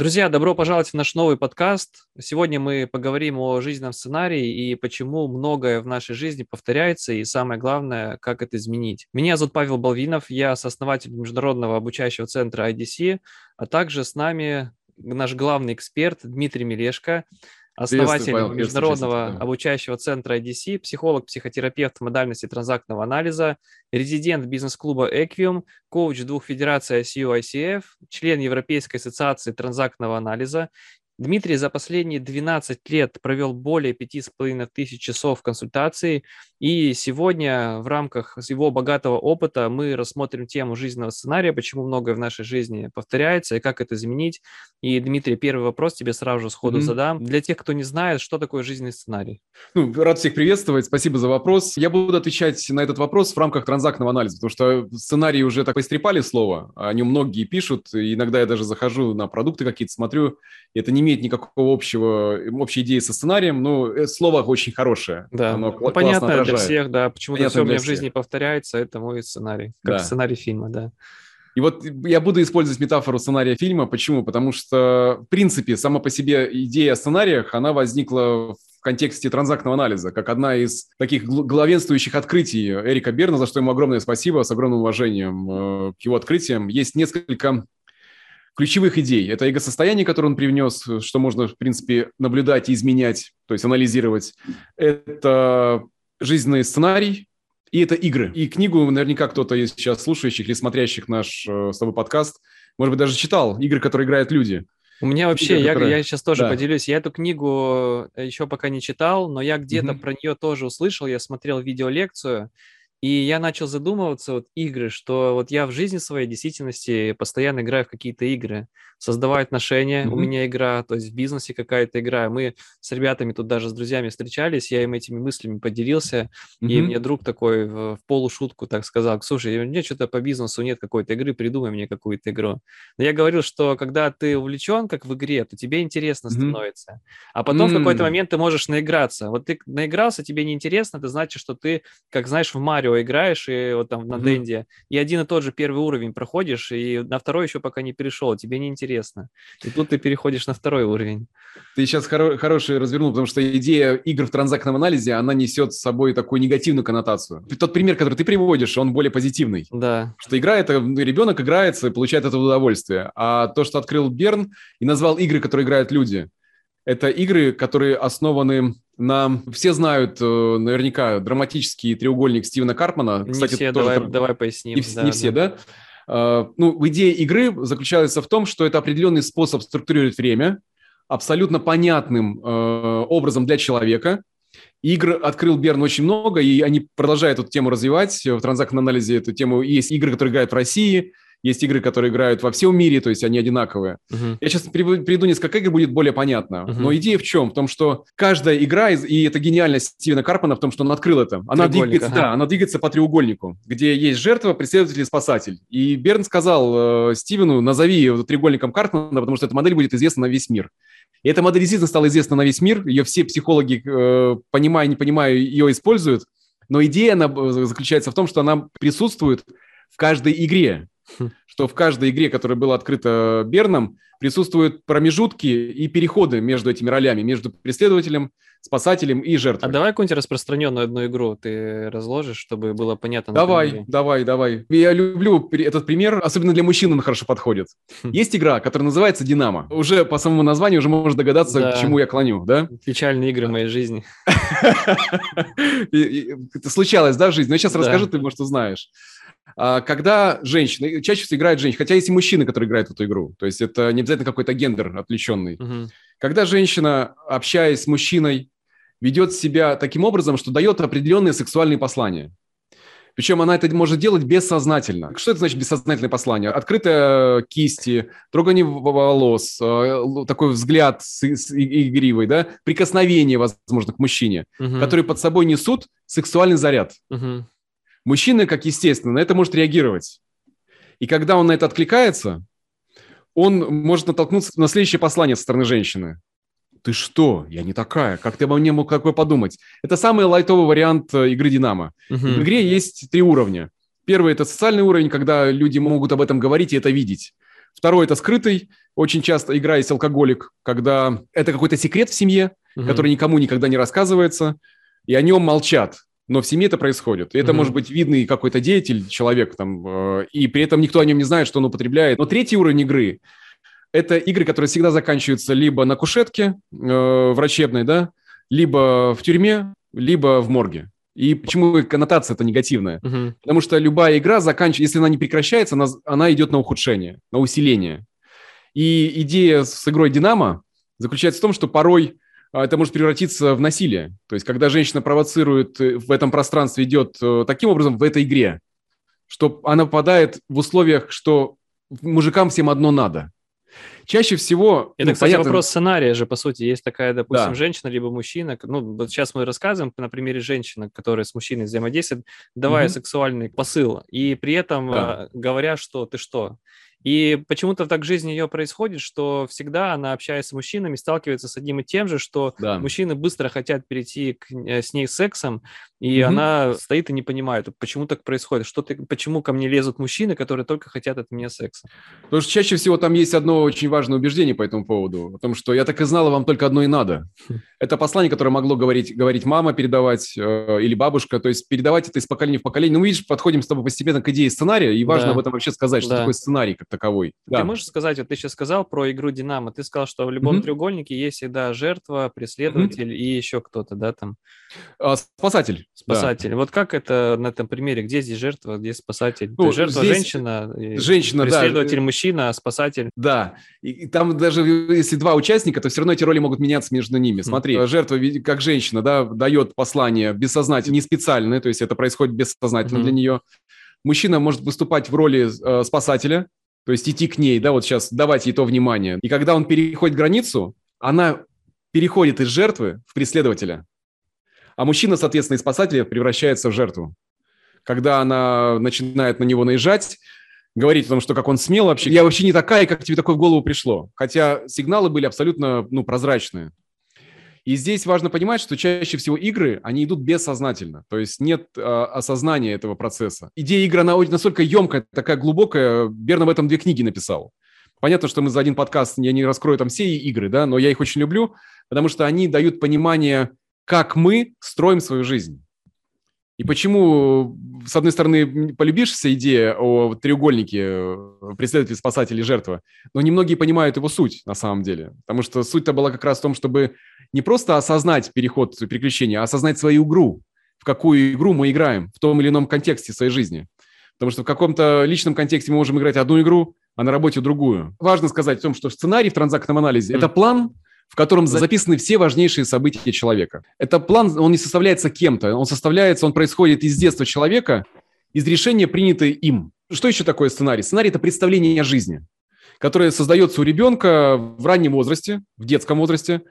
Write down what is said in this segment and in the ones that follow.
Друзья, добро пожаловать в наш новый подкаст. Сегодня мы поговорим о жизненном сценарии и почему многое в нашей жизни повторяется, и самое главное, как это изменить. Меня зовут Павел Балвинов, я сооснователь международного обучающего центра IDC, а также с нами наш главный эксперт Дмитрий Мелешко, Приветствую, основатель Павел, приветствую, международного участники. обучающего центра IDC, психолог, психотерапевт модальности транзактного анализа, резидент бизнес-клуба Equium, коуч двух федераций ICU ICF, член Европейской ассоциации транзактного анализа. Дмитрий за последние 12 лет провел более 5500 часов консультаций, и сегодня в рамках его богатого опыта мы рассмотрим тему жизненного сценария, почему многое в нашей жизни повторяется и как это изменить. И, Дмитрий, первый вопрос тебе сразу же сходу задам. Для тех, кто не знает, что такое жизненный сценарий? Рад всех приветствовать, спасибо за вопрос. Я буду отвечать на этот вопрос в рамках транзактного анализа, потому что сценарии уже так поистрепали слово, о нем многие пишут, и иногда я даже захожу на продукты какие-то, смотрю, и это не имеет никакого общей идеи со сценарием, но слово очень хорошее. Да, Оно понятно отражает. для всех, да, почему-то все у меня в жизни всех. повторяется, это мой сценарий, как сценарий фильма, да. И вот я буду использовать метафору сценария фильма. Почему? Потому что, в принципе, сама по себе идея о сценариях, она возникла в контексте транзактного анализа, как одна из таких главенствующих открытий Эрика Берна, за что ему огромное спасибо, с огромным уважением к его открытиям. Есть несколько ключевых идей. Это эго-состояние, которое он привнес, что можно, в принципе, наблюдать и изменять, то есть анализировать. Это жизненный сценарий, и это игры. И книгу наверняка кто-то из сейчас слушающих или смотрящих наш с тобой подкаст, может быть, даже читал. Игры, которые играют люди. У меня вообще, я сейчас тоже поделюсь, я эту книгу еще пока не читал, но я где-то про нее тоже услышал, я смотрел видеолекцию, и я начал задумываться, вот игры, что вот я в жизни своей действительности постоянно играю в какие-то игры, создаваю отношения, у меня игра, то есть в бизнесе какая-то игра. Мы с ребятами тут даже с друзьями встречались, я им этими мыслями поделился, и мне друг такой в полушутку так сказал: слушай, у меня что-то по бизнесу нет какой-то игры, придумай мне какую-то игру. Но я говорил, что когда ты увлечен как в игре, то тебе интересно становится. А потом в какой-то момент ты можешь наиграться. Вот ты наигрался, тебе неинтересно, это значит, что ты, как знаешь, в Марио играешь, и вот там на Денде, и один и тот же первый уровень проходишь, и на второй еще пока не перешел, тебе неинтересно. И тут ты переходишь на второй уровень. Ты сейчас хороший развернул, потому что идея игр в транзактном анализе, она несет с собой такую негативную коннотацию. Тот пример, который ты приводишь, он более позитивный. Да. Что игра – это ребенок играется и получает это удовольствие. А то, что открыл Берн и назвал игры, которые играют люди, это игры, которые основаны на... Все знают наверняка драматический треугольник Стивена Карпмана. Не Кстати, все, тоже давай поясним. Не все, да? Идея игры заключается в том, что это определенный способ структурировать время абсолютно понятным образом для человека. Игр открыл Берн очень много, и они продолжают эту тему развивать. В транзактном анализе эту тему есть игры, которые играют в России, есть игры, которые играют во всем мире, то есть они одинаковые. Я сейчас приведу несколько игр, будет более понятно. Но идея в чем? В том, что каждая игра, и это гениальность Стивена Карпмана в том, что он открыл это, она двигается по треугольнику, где есть жертва, преследователь и спасатель. И Берн сказал Стивену: назови треугольником Карпмана, потому что эта модель будет известна на весь мир. И эта модель действительно стала известна на весь мир, ее все психологи, понимая, не понимая, ее используют, но идея она заключается в том, что она присутствует в каждой игре, что в каждой игре, которая была открыта Берном, присутствуют промежутки и переходы между этими ролями, между преследователем, спасателем и жертвой. А давай какую-нибудь распространенную одну игру ты разложишь, чтобы было понятно? Давай. Я люблю этот пример, особенно для мужчин он хорошо подходит. Есть игра, которая называется «Динамо». Уже по самому названию уже можно догадаться, к чему я клоню, да? Печальные игры моей жизни. Это случалось, да, в жизни? Но я сейчас расскажу, ты, может, узнаешь. Когда женщина, чаще всего играет женщина, хотя есть и мужчины, которые играют в эту игру, то есть это не обязательно какой-то гендер отвлеченный. Когда женщина, общаясь с мужчиной, ведет себя таким образом, что дает определенные сексуальные послания. Причем она это может делать бессознательно. Что это значит бессознательное послание? Открытые кисти, трогание волос, такой взгляд игривый, да? Прикосновение, возможно, к мужчине, которые под собой несут сексуальный заряд. Мужчина, как естественно, на это может реагировать. И когда он на это откликается, он может натолкнуться на следующее послание со стороны женщины. Ты что? Я не такая. Как ты обо мне мог такое подумать? Это самый лайтовый вариант игры «Динамо». В игре есть 3 уровня. Первый – это социальный уровень, когда люди могут об этом говорить и это видеть. Второй – это скрытый. Очень часто игра есть алкоголик, когда это какой-то секрет в семье, который никому никогда не рассказывается, и о нем молчат. Но в семье это происходит. И это может быть видный какой-то деятель, человек, там, и при этом никто о нем не знает, что он употребляет. Но третий уровень игры – это игры, которые всегда заканчиваются либо на кушетке врачебной, да, либо в тюрьме, либо в морге. И почему коннотация это негативная? Потому что любая игра заканчивается, если она не прекращается, она идет на ухудшение, на усиление. И идея с игрой «Динамо» заключается в том, что порой это может превратиться в насилие. То есть, когда женщина провоцирует в этом пространстве, идет таким образом в этой игре, что она попадает в условиях, что мужикам всем одно надо. Чаще всего... Это, кстати, понятно, вопрос сценария же, по сути. Есть такая, допустим, женщина, либо мужчина. Ну, вот сейчас мы рассказываем на примере женщины, которая с мужчиной взаимодействует, давая сексуальный посыл, и при этом говоря, что ты что. И почему-то так в жизни ее происходит, что всегда она, общаясь с мужчинами, сталкивается с одним и тем же, что мужчины быстро хотят перейти с ней сексом, и она стоит и не понимает, почему так происходит, почему ко мне лезут мужчины, которые только хотят от меня секса. Потому что чаще всего там есть одно очень важное убеждение по этому поводу, о том, что я так и знала, вам только одно и надо. Это послание, которое могло говорить мама, передавать, или бабушка, то есть передавать это из поколения в поколение. Ну, видишь, подходим с тобой постепенно к идее сценария, и важно об этом вообще сказать, что такое сценарий как таковой. Ты можешь сказать, вот ты сейчас сказал про игру «Динамо», ты сказал, что в любом треугольнике есть всегда жертва, преследователь и еще кто-то, да, там? Спасатель. Спасатель. Да. Вот как это на этом примере? Где здесь жертва, где спасатель? Ну, жертва женщина, преследователь мужчина, а спасатель. Да. И там даже если два участника, то все равно эти роли могут меняться между ними. Смотри, жертва как женщина, да, дает послание бессознательно, не специальное, то есть это происходит бессознательно для нее. Мужчина может выступать в роли спасателя, то есть идти к ней, да, вот сейчас давать ей то внимание. И когда он переходит границу, она переходит из жертвы в преследователя. А мужчина, соответственно, из спасателя превращается в жертву. Когда она начинает на него наезжать, говорить о том, что как он смел вообще. Я вообще не такая, как тебе такое в голову пришло. Хотя сигналы были абсолютно прозрачные. И здесь важно понимать, что чаще всего игры, они идут бессознательно. То есть нет осознания этого процесса. Идея игры, она настолько емкая, такая глубокая. Берн об этом 2 книги написал. Понятно, что мы за один подкаст, я не раскрою там все игры, да, но я их очень люблю, потому что они дают понимание, как мы строим свою жизнь. И почему, с одной стороны, полюбившаяся идея о треугольнике преследователь, спасатель и жертва, но немногие понимают его суть на самом деле. Потому что суть-то была как раз в том, чтобы не просто осознать переход приключения, а осознать свою игру, в какую игру мы играем в том или ином контексте своей жизни. Потому что в каком-то личном контексте мы можем играть одну игру, а на работе другую. Важно сказать о том, что сценарий в транзактном анализе – это план, в котором записаны все важнейшие события человека. Это план, он не составляется кем-то, он происходит из детства человека, из решения, принятое им. Что еще такое сценарий? Сценарий – это представление о жизни, которое создается у ребенка в раннем возрасте, в детском возрасте,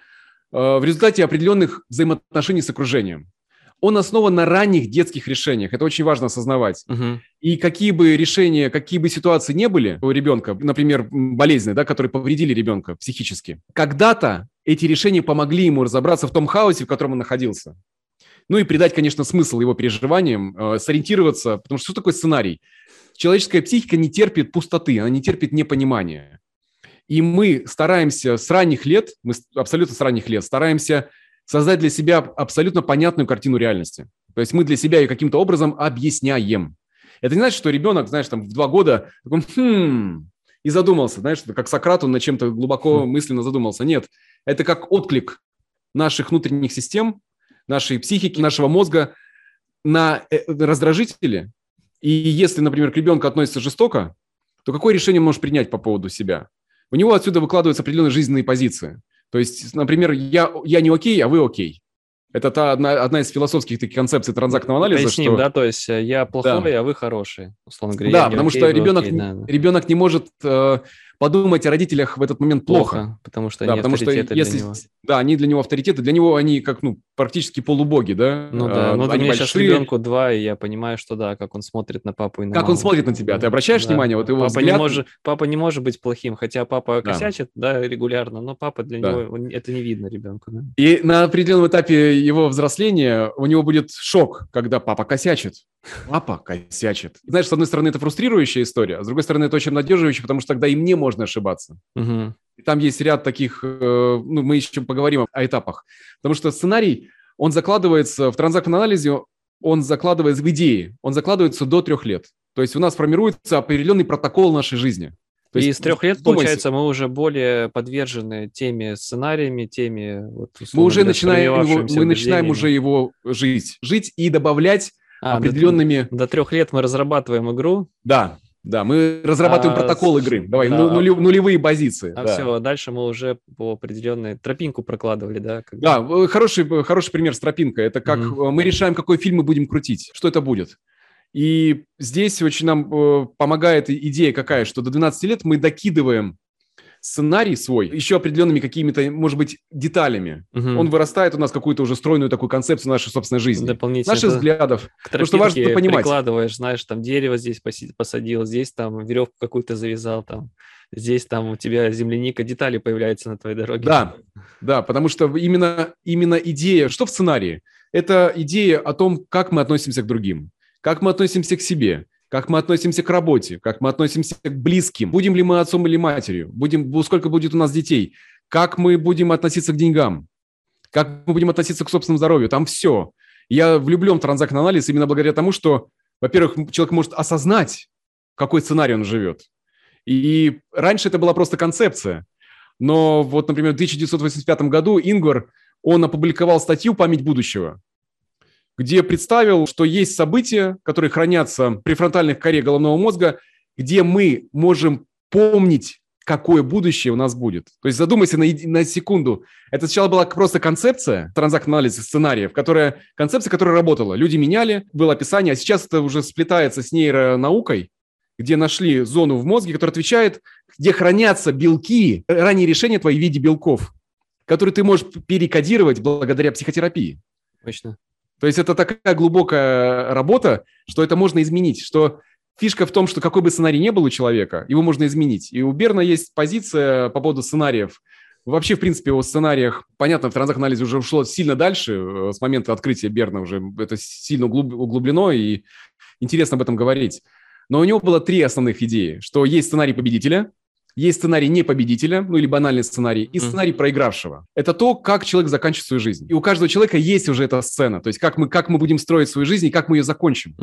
в результате определенных взаимоотношений с окружением. Он основан на ранних детских решениях. Это очень важно осознавать. И какие бы решения, какие бы ситуации не были у ребенка, например, болезни, да, которые повредили ребенка психически, когда-то эти решения помогли ему разобраться в том хаосе, в котором он находился. Ну и придать, конечно, смысл его переживаниям, сориентироваться. Потому что такое сценарий? Человеческая психика не терпит пустоты, она не терпит непонимания. И мы стараемся абсолютно с ранних лет, стараемся создать для себя абсолютно понятную картину реальности. То есть мы для себя ее каким-то образом объясняем. Это не значит, что ребенок, знаешь, там в 2 года такой, и задумался, знаешь, как Сократ, он над чем-то глубоко мысленно задумался. Нет, это как отклик наших внутренних систем, нашей психики, нашего мозга на раздражители. И если, например, к ребенку относится жестоко, то какое решение он может принять по поводу себя? У него отсюда выкладываются определенные жизненные позиции. То есть, например, я не окей, а вы окей. Это одна из философских таких концепций транзактного анализа. Поясним, да, то есть я плохой, а вы хороший, условно говоря. Да, потому что ребенок не может подумать о родителях в этот момент плохо. Потому что они авторитеты для него. Да, они для него авторитеты, для него они как, практически полубоги, да? Ну да, у Они меня сейчас большие. ребенку 2, и я понимаю, что да, как он смотрит на папу и на Как он маму. смотрит на тебя? Ты обращаешь внимание? Вот его взгляд... Папа не может быть плохим, хотя папа Да. косячит, да, регулярно, но папа для Да. него, это не видно ребенку. Да? И на определенном этапе его взросления у него будет шок, когда папа косячит. Папа косячит. Знаешь, с одной стороны, это фрустрирующая история, а с другой стороны, это очень обнадеживающе, потому что тогда и мне можно ошибаться. Угу. И там есть ряд таких, мы еще поговорим о этапах. Потому что сценарий, он закладывается в транзактном анализе, он закладывается в идеи, он закладывается до 3 лет. То есть у нас формируется определенный протокол нашей жизни. То И есть, с 3 лет, получается, мы уже более подвержены теме сценариями, теме... мы уже начинаем уже его жить и добавлять определенными... До 3 лет мы разрабатываем игру. Да, мы разрабатываем протокол игры. Давай, нулевые позиции. Все, дальше мы уже по определенной тропинку прокладывали, да? Да, хороший пример с тропинкой. Это как мы решаем, какой фильм мы будем крутить, что это будет. И здесь очень нам помогает идея какая, что до 12 лет мы докидываем сценарий свой еще определенными какими-то, может быть, деталями. Он вырастает у нас какую-то уже стройную такую концепцию нашей собственной жизни. Дополнительно наших взглядов. Потому что важно понимать. Прикладываешь, знаешь, там дерево здесь посадил, здесь там веревку какую-то завязал, там, здесь там у тебя земляника, детали появляются на твоей дороге. Да, потому что именно идея, что в сценарии? Это идея о том, как мы относимся к другим, как мы относимся к себе, как мы относимся к работе, как мы относимся к близким, будем ли мы отцом или матерью, сколько будет у нас детей, как мы будем относиться к деньгам, как мы будем относиться к собственному здоровью, там все. Я влюблен в транзактный анализ именно благодаря тому, что, во-первых, человек может осознать, в какой сценарий он живет. И раньше это была просто концепция. Но вот, например, в 1985 году Ингвар, он опубликовал статью «Память будущего», где представил, что есть события, которые хранятся в префронтальной коре головного мозга, где мы можем помнить, какое будущее у нас будет. То есть задумайся на секунду. Это сначала была просто концепция, транзактный анализ сценариев, концепция, которая работала. Люди меняли, было описание, а сейчас это уже сплетается с нейронаукой, где нашли зону в мозге, которая отвечает, где хранятся белки, ранние решения твои в виде белков, которые ты можешь перекодировать благодаря психотерапии. Точно. То есть это такая глубокая работа, что это можно изменить, что фишка в том, что какой бы сценарий ни был у человека, его можно изменить. И у Берна есть позиция по поводу сценариев. Вообще, в принципе, о сценариях, понятно, в транзактном анализе уже ушло сильно дальше, с момента открытия Берна уже это сильно углублено, и интересно об этом говорить. Но у него было 3 основных идеи, что есть сценарий победителя, есть сценарий непобедителя, или банальный сценарий, и сценарий проигравшего. Это то, как человек заканчивает свою жизнь. И у каждого человека есть уже эта сцена, то есть как мы будем строить свою жизнь и как мы ее закончим.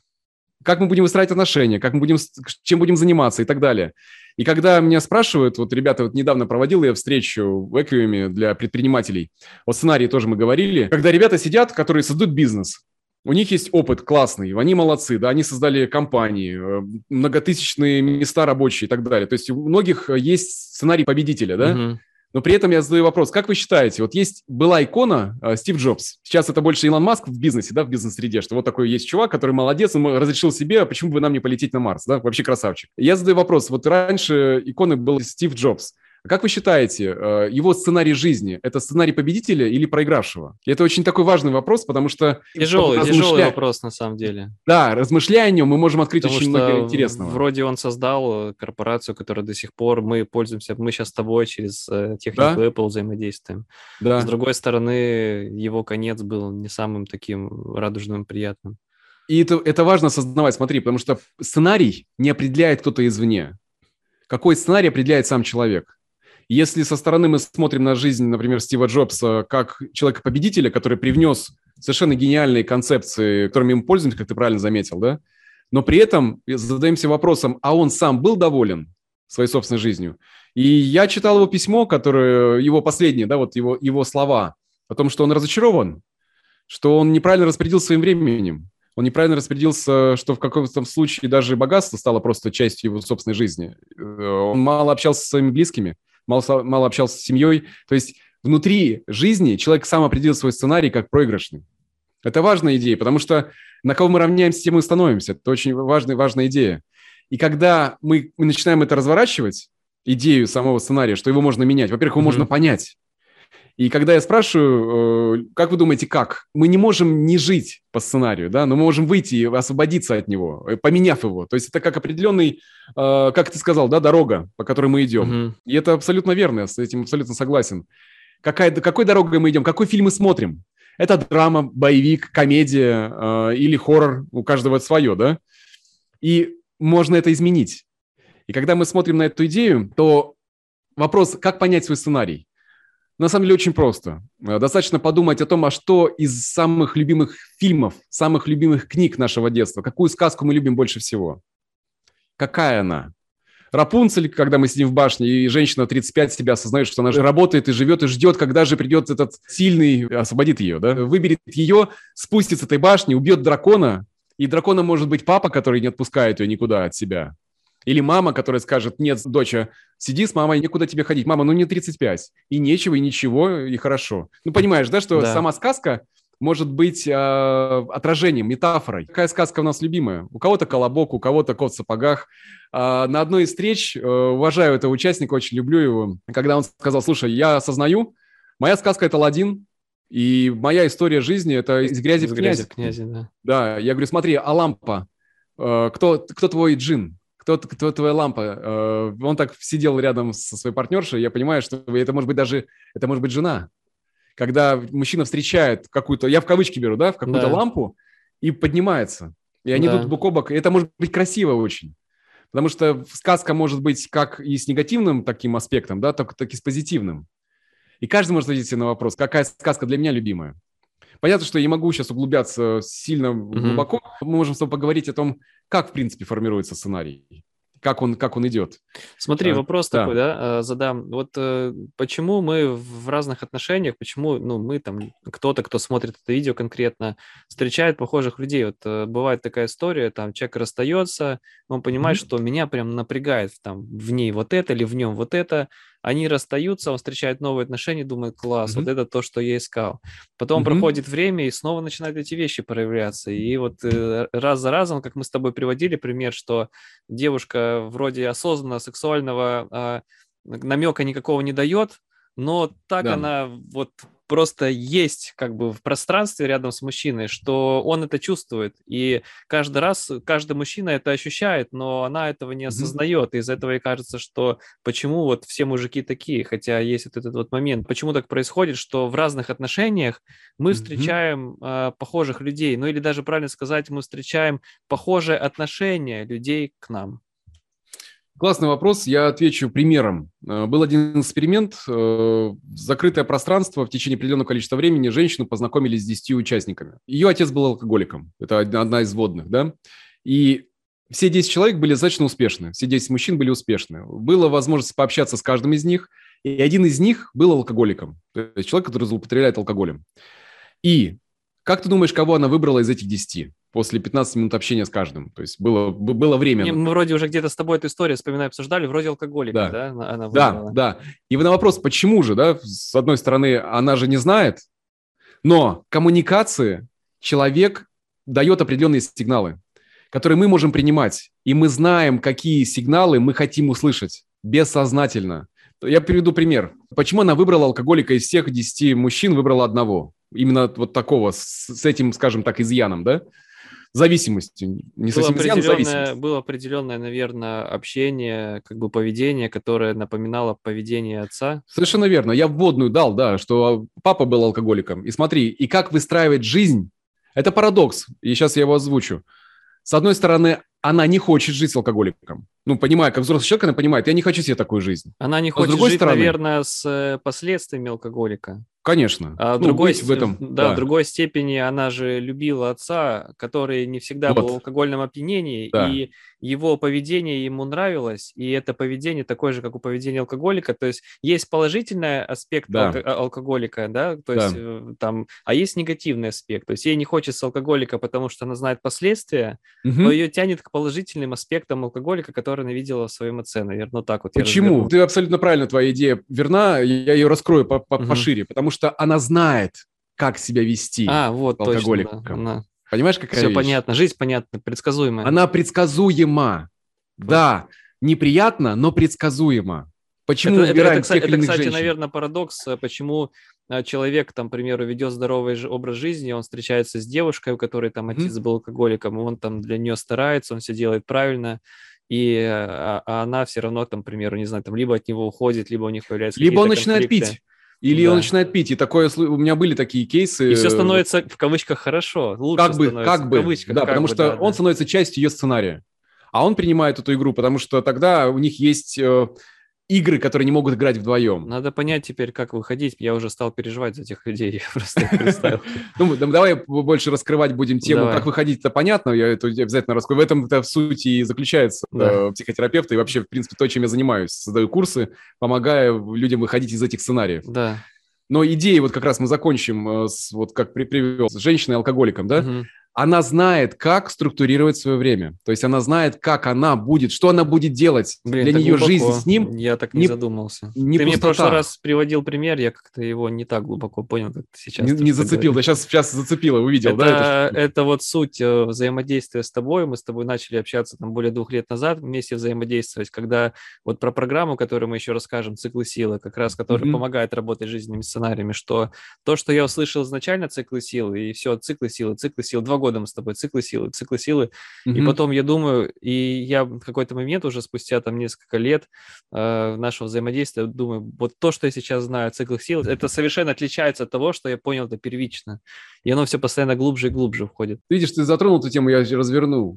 Как мы будем выстраивать отношения, чем будем заниматься и так далее. И когда меня спрашивают, ребята, недавно проводил я встречу в Эквиуме для предпринимателей, о сценарии тоже мы говорили, когда ребята сидят, которые создают бизнес, у них есть опыт классный, они молодцы, да, они создали компании, многотысячные места рабочие и так далее. То есть у многих есть сценарий победителя, да? Но при этом я задаю вопрос, как вы считаете, была икона Стив Джобс, сейчас это больше Илон Маск в бизнесе, да, в бизнес-среде, что вот такой есть чувак, который молодец, он разрешил себе, почему бы нам не полететь на Марс, да, вообще красавчик. Я задаю вопрос, раньше иконой был Стив Джобс. Как вы считаете, его сценарий жизни – это сценарий победителя или проигравшего? И это очень такой важный вопрос, потому что… Тяжелый вопрос на самом деле. Да, размышляя о нем, мы можем открыть очень много интересного. Вроде он создал корпорацию, которая до сих пор мы пользуемся, мы сейчас с тобой через технику Apple взаимодействуем. Да. С другой стороны, его конец был не самым таким радужным, приятным. И это важно осознавать, смотри, потому что сценарий не определяет кто-то извне. Какой сценарий определяет сам человек? Если со стороны мы смотрим на жизнь, например, Стива Джобса, как человека-победителя, который привнес совершенно гениальные концепции, которыми мы пользуемся, как ты правильно заметил, да? Но при этом задаемся вопросом, а он сам был доволен своей собственной жизнью? И я читал его письмо, его последнее, да, его слова о том, что он разочарован, что он неправильно распорядился своим временем. Он неправильно распорядился, что в каком-то случае даже богатство стало просто частью его собственной жизни. Он мало общался со своими близкими, мало общался с семьей. То есть внутри жизни человек сам определил свой сценарий как проигрышный. Это важная идея, потому что на кого мы равняемся, тем мы становимся. Это очень важная идея. И когда мы начинаем это разворачивать, идею самого сценария, что его можно менять, во-первых, его можно понять. И когда я спрашиваю, как вы думаете, как? Мы не можем не жить по сценарию, да, но мы можем выйти и освободиться от него, поменяв его. То есть это как определенный, как ты сказал, да, дорога, по которой мы идем. И это абсолютно верно, я с этим абсолютно согласен. Какой дорогой мы идем, какой фильм мы смотрим? Это драма, боевик, комедия или хоррор, у каждого это свое, да? И можно это изменить. И когда мы смотрим на эту идею, то вопрос, как понять свой сценарий? На самом деле очень просто. Достаточно подумать о том, а что из самых любимых фильмов, самых любимых книг нашего детства, какую сказку мы любим больше всего? Какая она? Рапунцель, когда мы сидим в башне, и женщина 35 себя осознает, что она же работает и живет, и ждет, когда же придет этот сильный, освободит ее, да? Выберет ее, спустится с этой башни, убьет дракона, и драконом может быть папа, который не отпускает ее никуда от себя. Или мама, которая скажет: нет, доча, сиди с мамой, некуда тебе ходить. Мама, ну не 35. И нечего, и ничего, и хорошо. Ну, понимаешь, да, что сама сказка может быть отражением, метафорой. Какая сказка у нас любимая? У кого-то «Колобок», у кого-то «Кот в сапогах». На одной из встреч, уважаю этого участника, очень люблю его, когда он сказал: слушай, я осознаю, моя сказка – это «Аладдин», и моя история жизни – это «Из грязи в князи». Да, я говорю: смотри, а лампа? Кто твой джин? Кто твоя лампа? Он так сидел рядом со своей партнершей, я понимаю, что это может быть жена. Когда мужчина встречает какую-то, я в кавычки беру, да, в какую-то лампу и поднимается. И они идут бок о бок. И это может быть красиво очень. Потому что сказка может быть как и с негативным таким аспектом, да, так и с позитивным. И каждый может ответить себе на вопрос, какая сказка для меня любимая. Понятно, что я не могу сейчас углубляться сильно глубоко. Мы можем с тобой поговорить о том, как, в принципе, формируется сценарий, как он идет. Смотри, вопрос такой, задам. Вот почему мы в разных отношениях, почему, мы там, кто-то, кто смотрит это видео конкретно, встречает похожих людей. Вот бывает такая история, там человек расстается, он понимает, что меня прям напрягает там в ней вот это или в нем вот это. Они расстаются, он встречает новые отношения, думает: класс, вот это то, что я искал. Потом проходит время, и снова начинают эти вещи проявляться. И вот раз за разом, как мы с тобой приводили пример, что девушка вроде осознанно сексуального намека никакого не дает, но так она вот просто есть как бы в пространстве рядом с мужчиной, что он это чувствует. И каждый раз, каждый мужчина это ощущает, но она этого не осознает. И из-за этого ей кажется, что почему вот все мужики такие, хотя есть вот этот вот момент. Почему так происходит, что в разных отношениях мы встречаем похожих людей, ну или даже правильно сказать, мы встречаем похожее отношение людей к нам. Классный вопрос, я отвечу примером. Был один эксперимент, закрытое пространство, в течение определенного количества времени женщину познакомили с 10 участниками. Ее отец был алкоголиком, это одна из вводных, да, и все 10 человек были достаточно успешны, все 10 мужчин были успешны. Была возможность пообщаться с каждым из них, и один из них был алкоголиком, то есть человек, который злоупотребляет алкоголем. И как ты думаешь, кого она выбрала из этих 10? После 15 минут общения с каждым. То есть было время. Мы вроде уже где-то с тобой эту историю, вспоминаю, обсуждали, вроде алкоголика, да? Она выбрала. Да. И на вопрос, почему же, да? С одной стороны, она же не знает, но коммуникации человек дает определенные сигналы, которые мы можем принимать. И мы знаем, какие сигналы мы хотим услышать бессознательно. Я приведу пример. Почему она выбрала алкоголика из всех 10 мужчин, выбрала одного? Именно вот такого, с этим, скажем так, изъяном, да? Зависимостью. Не совсем изъян, зависимость. Было определенное, наверное, общение, как бы поведение, которое напоминало поведение отца. Совершенно верно. Я вводную дал, да, что папа был алкоголиком. И смотри, и как выстраивать жизнь, это парадокс, и сейчас я его озвучу. С одной стороны, она не хочет жить с алкоголиком. Ну, понимая, как взрослый человек, она понимает, я не хочу себе такую жизнь. Она не хочет жить, наверное, с последствиями алкоголика. Конечно. А в другой степени она же любила отца, который не всегда был в алкогольном опьянении, и его поведение ему нравилось, и это поведение такое же, как у поведения алкоголика. То есть положительный аспект алкоголика, да, то есть там, а есть негативный аспект. То есть ей не хочется алкоголика, потому что она знает последствия, но ее тянет к положительным аспектам алкоголика, который она видела в своем отце, наверное, вот так вот. Почему? Ты абсолютно правильно, твоя идея верна, я ее раскрою пошире, потому что она знает, как себя вести алкоголиком. Точно, Понимаешь, какая вещь? Все понятно, жизнь понятна, предсказуемая. Она предсказуема. Да, неприятно, но предсказуема. Почему мы выбираем тех или иных кстати, женщин? наверное, парадокс, почему человек, там, к примеру, ведет здоровый образ жизни, он встречается с девушкой, у которой там отец был алкоголиком, и он там для нее старается, он все делает правильно, а она все равно, там, к примеру, не знаю, там, либо от него уходит, либо у них появляются либо какие-то он начинает конфликты. пить. Или он начинает пить. И такое, у меня были такие кейсы. И все становится, в кавычках, хорошо. Лучше становится, в кавычках. Да, потому что он становится частью ее сценария. А он принимает эту игру, потому что тогда у них есть игры, которые не могут играть вдвоем. Надо понять теперь, как выходить. Я уже стал переживать за этих людей. Я просто их представил. Ну, давай больше раскрывать будем тему, как выходить, это понятно. Я это обязательно раскрою. В этом-то в сути и заключается психотерапевта. И вообще, в принципе, то, чем я занимаюсь. Создаю курсы, помогая людям выходить из этих сценариев. Да. Но идея, вот как раз мы закончим, вот как привел, с женщиной-алкоголиком, да? Она знает, как структурировать свое время. То есть она знает, как она будет, что она будет делать. Блин, для нее глубоко. Жизнь с ним. Я так не задумался. Не ты пустота. мне в прошлый раз приводил пример, я как-то его не так глубоко понял, как ты сейчас. Не зацепил, да сейчас зацепило, увидел. Это вот суть взаимодействия с тобой. Мы с тобой начали общаться там более 2 лет назад, вместе взаимодействовать, когда вот про программу, которую мы еще расскажем, «Циклы силы», как раз, которая помогает работать с жизненными сценариями, что то, что я услышал изначально, циклы силы, и все, циклы силы, 2 года мы с тобой, циклы силы. И потом я думаю, и я в какой-то момент уже спустя там несколько лет нашего взаимодействия думаю, вот то, что я сейчас знаю о циклах сил, это совершенно отличается от того, что я понял это первично. И оно все постоянно глубже и глубже входит. Видишь, ты затронул эту тему, я разверну.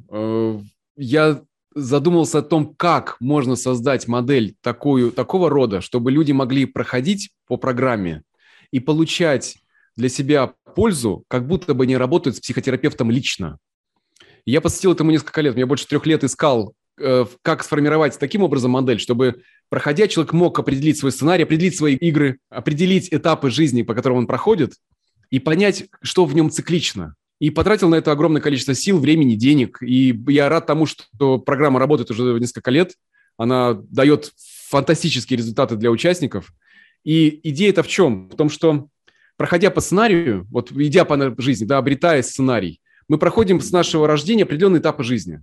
Я задумался о том, как можно создать модель такого рода, чтобы люди могли проходить по программе и получать для себя пользу, как будто бы они работают с психотерапевтом лично. Я посвятил этому несколько лет. Я больше 3 лет искал, как сформировать таким образом модель, чтобы, проходя, человек мог определить свой сценарий, определить свои игры, определить этапы жизни, по которым он проходит, и понять, что в нем циклично. И потратил на это огромное количество сил, времени, денег. И я рад тому, что программа работает уже несколько лет. Она дает фантастические результаты для участников. И идея-то в чем? В том, что, проходя по сценарию, вот идя по жизни, да, обретая сценарий, мы проходим с нашего рождения определенные этапы жизни.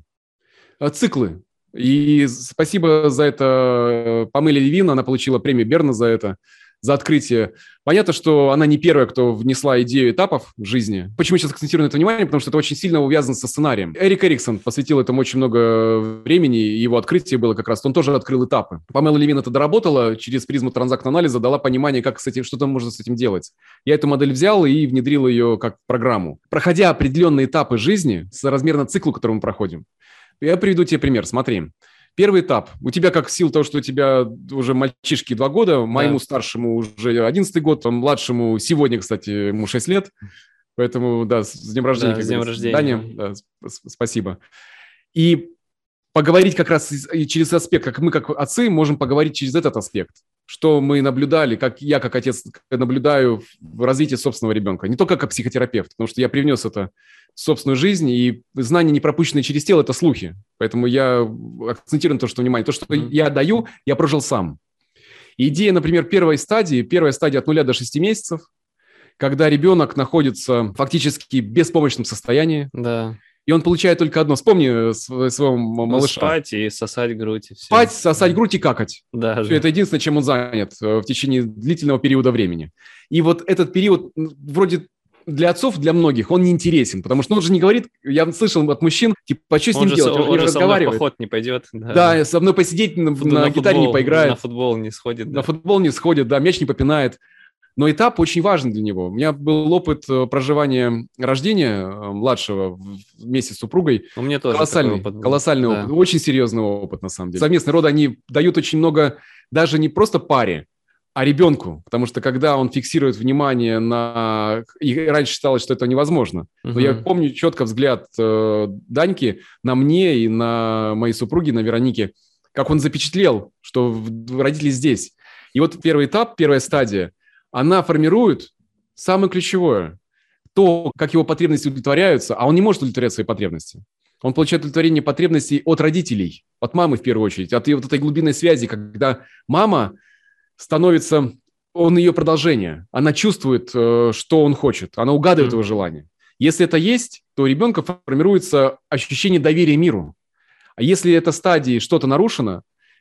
Циклы. И спасибо за это Памеле Левин, она получила премию Берна за это, за открытие. Понятно, что она не первая, кто внесла идею этапов в жизни. Почему я сейчас акцентирую на это внимание? Потому что это очень сильно увязано со сценарием. Эрик Эриксон посвятил этому очень много времени, его открытие было как раз, он тоже открыл этапы. Памела Левин это доработала, через призму транзактного анализа дала понимание, как с этим, что там можно с этим делать. Я эту модель взял и внедрил ее как программу. Проходя определенные этапы жизни, соразмерно циклу, который мы проходим, я приведу тебе пример, смотри. Первый этап. У тебя, как в силу того, что у тебя уже мальчишки 2 года, моему старшему уже 11-й год, младшему сегодня, кстати, ему 6 лет. Поэтому, да, с днем рождения. Да, с днем рождения. Даня, да, спасибо. И поговорить как раз через аспект, как мы, как отцы, можем поговорить через этот аспект. Что мы наблюдали, как я, как отец, наблюдаю в развитии собственного ребенка. Не только как психотерапевт, потому что я привнес это в собственную жизнь, и знания, не пропущенные через тело, это слухи. Поэтому я акцентирую на то, что внимание. То, что я даю, я прожил сам. Идея, например, первая стадия от 0 до 6 месяцев, когда ребенок находится фактически в беспомощном состоянии. Да. И он получает только одно. Вспомни своего малыша. Спать и сосать грудь. И все. Спать, сосать грудь и какать. Да, это единственное, чем он занят в течение длительного периода времени. И вот этот период вроде для отцов, для многих, он неинтересен, потому что он же не говорит, я слышал от мужчин, типа, что с ним делать? Он же со мной в поход не пойдет. Да, со мной посидеть на гитаре не поиграет. На футбол не сходит. На футбол не сходит, да, мяч не попинает. Но этап очень важен для него. У меня был опыт проживания рождения младшего вместе с супругой. У меня тоже колоссальный опыт. Очень серьезный опыт, на самом деле. Совместный род, они дают очень много, даже не просто паре, а ребенку. Потому что когда он фиксирует внимание на... И раньше считалось, что это невозможно. Но я помню четко взгляд Даньки на мне и на моей супруге, на Веронике, как он запечатлел, что родители здесь. И вот первый этап, первая стадия, она формирует самое ключевое. То, как его потребности удовлетворяются, а он не может удовлетворять свои потребности. Он получает удовлетворение потребностей от родителей, от мамы в первую очередь, от вот этой глубинной связи, когда мама становится, он ее продолжение. Она чувствует, что он хочет, она угадывает его желание. Если это есть, то у ребенка формируется ощущение доверия миру. А если эта стадия что-то нарушено,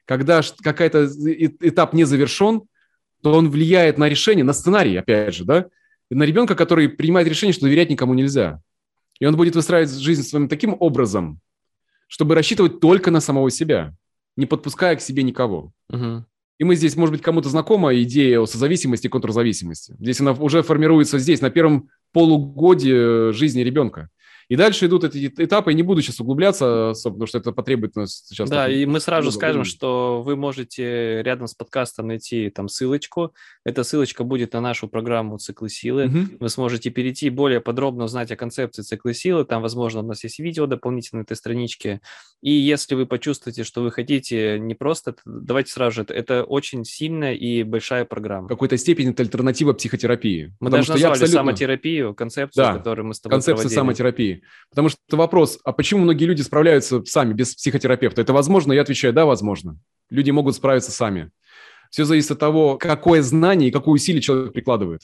когда какой-то этап не завершен, то он влияет на решение, на сценарий, опять же, да, и на ребенка, который принимает решение, что доверять никому нельзя. И он будет выстраивать жизнь своим таким образом, чтобы рассчитывать только на самого себя, не подпуская к себе никого. Угу. И мы здесь, может быть, кому-то знакома идея о созависимости и контрзависимости. Здесь она уже формируется здесь, на первом полугодии жизни ребенка. И дальше идут эти этапы, и не буду сейчас углубляться, потому что это потребует нас сейчас... Да, и мы сразу скажем, что вы можете рядом с подкастом найти там ссылочку. Эта ссылочка будет на нашу программу «Циклы силы». Вы сможете перейти более подробно узнать о концепции циклы силы. Там, возможно, у нас есть видео дополнительно на этой страничке. И если вы почувствуете, что вы хотите не просто... Давайте сразу же, это очень сильная и большая программа. В какой-то степени это альтернатива психотерапии. Мы даже назвали самотерапию, концепцию, которую мы с тобой концепция проводили. Самотерапии. Потому что вопрос, а почему многие люди справляются сами, без психотерапевта? Это возможно? Я отвечаю, да, возможно. Люди могут справиться сами. Все зависит от того, какое знание и какое усилие человек прикладывает.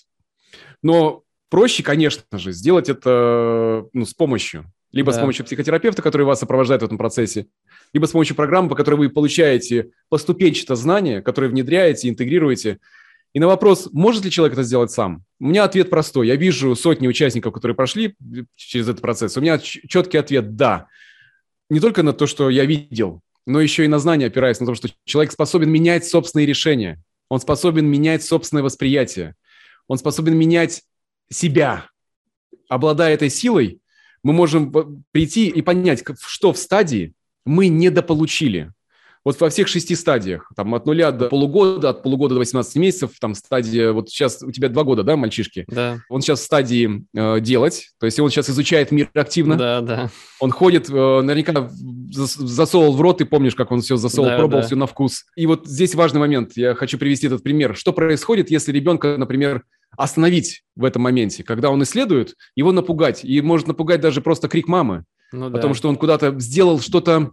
Но проще, конечно же, сделать это с помощью. Либо с помощью психотерапевта, который вас сопровождает в этом процессе, либо с помощью программы, по которой вы получаете поступенчато знания, которые внедряете, интегрируете. И на вопрос, может ли человек это сделать сам? У меня ответ простой. Я вижу сотни участников, которые прошли через этот процесс. У меня четкий ответ – да. Не только на то, что я видел, но еще и на знания, опираясь на то, что человек способен менять собственные решения. Он способен менять собственное восприятие. Он способен менять себя. Обладая этой силой, мы можем прийти и понять, что в стадии мы недополучили. Вот во всех 6 стадиях, там от 0 до полугода, от полугода до 18 месяцев, там стадия, вот сейчас у тебя 2 года, да, мальчишки? Да. Он сейчас в стадии делать, то есть он сейчас изучает мир активно. Да, да. Он ходит, наверняка засовывал в рот, ты помнишь, как он все засовывал, пробовал все на вкус. И вот здесь важный момент, я хочу привести этот пример. Что происходит, если ребенка, например, остановить в этом моменте, когда он исследует, его напугать, и может напугать даже просто крик мамы, потому что он куда-то сделал что-то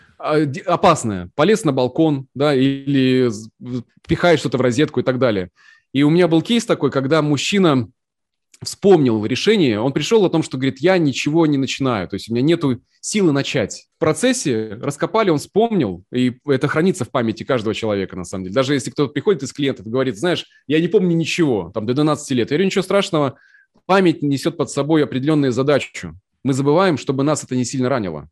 опасное, полез на балкон, да, или пихает что-то в розетку и так далее. И у меня был кейс такой, когда мужчина вспомнил решение, он пришел о том, что говорит, я ничего не начинаю, то есть у меня нету силы начать. В процессе раскопали, он вспомнил, и это хранится в памяти каждого человека, на самом деле. Даже если кто-то приходит из клиентов и говорит, знаешь, я не помню ничего, там, до 12 лет. Я говорю, ничего страшного, память несет под собой определенную задачу. Мы забываем, чтобы нас это не сильно ранило.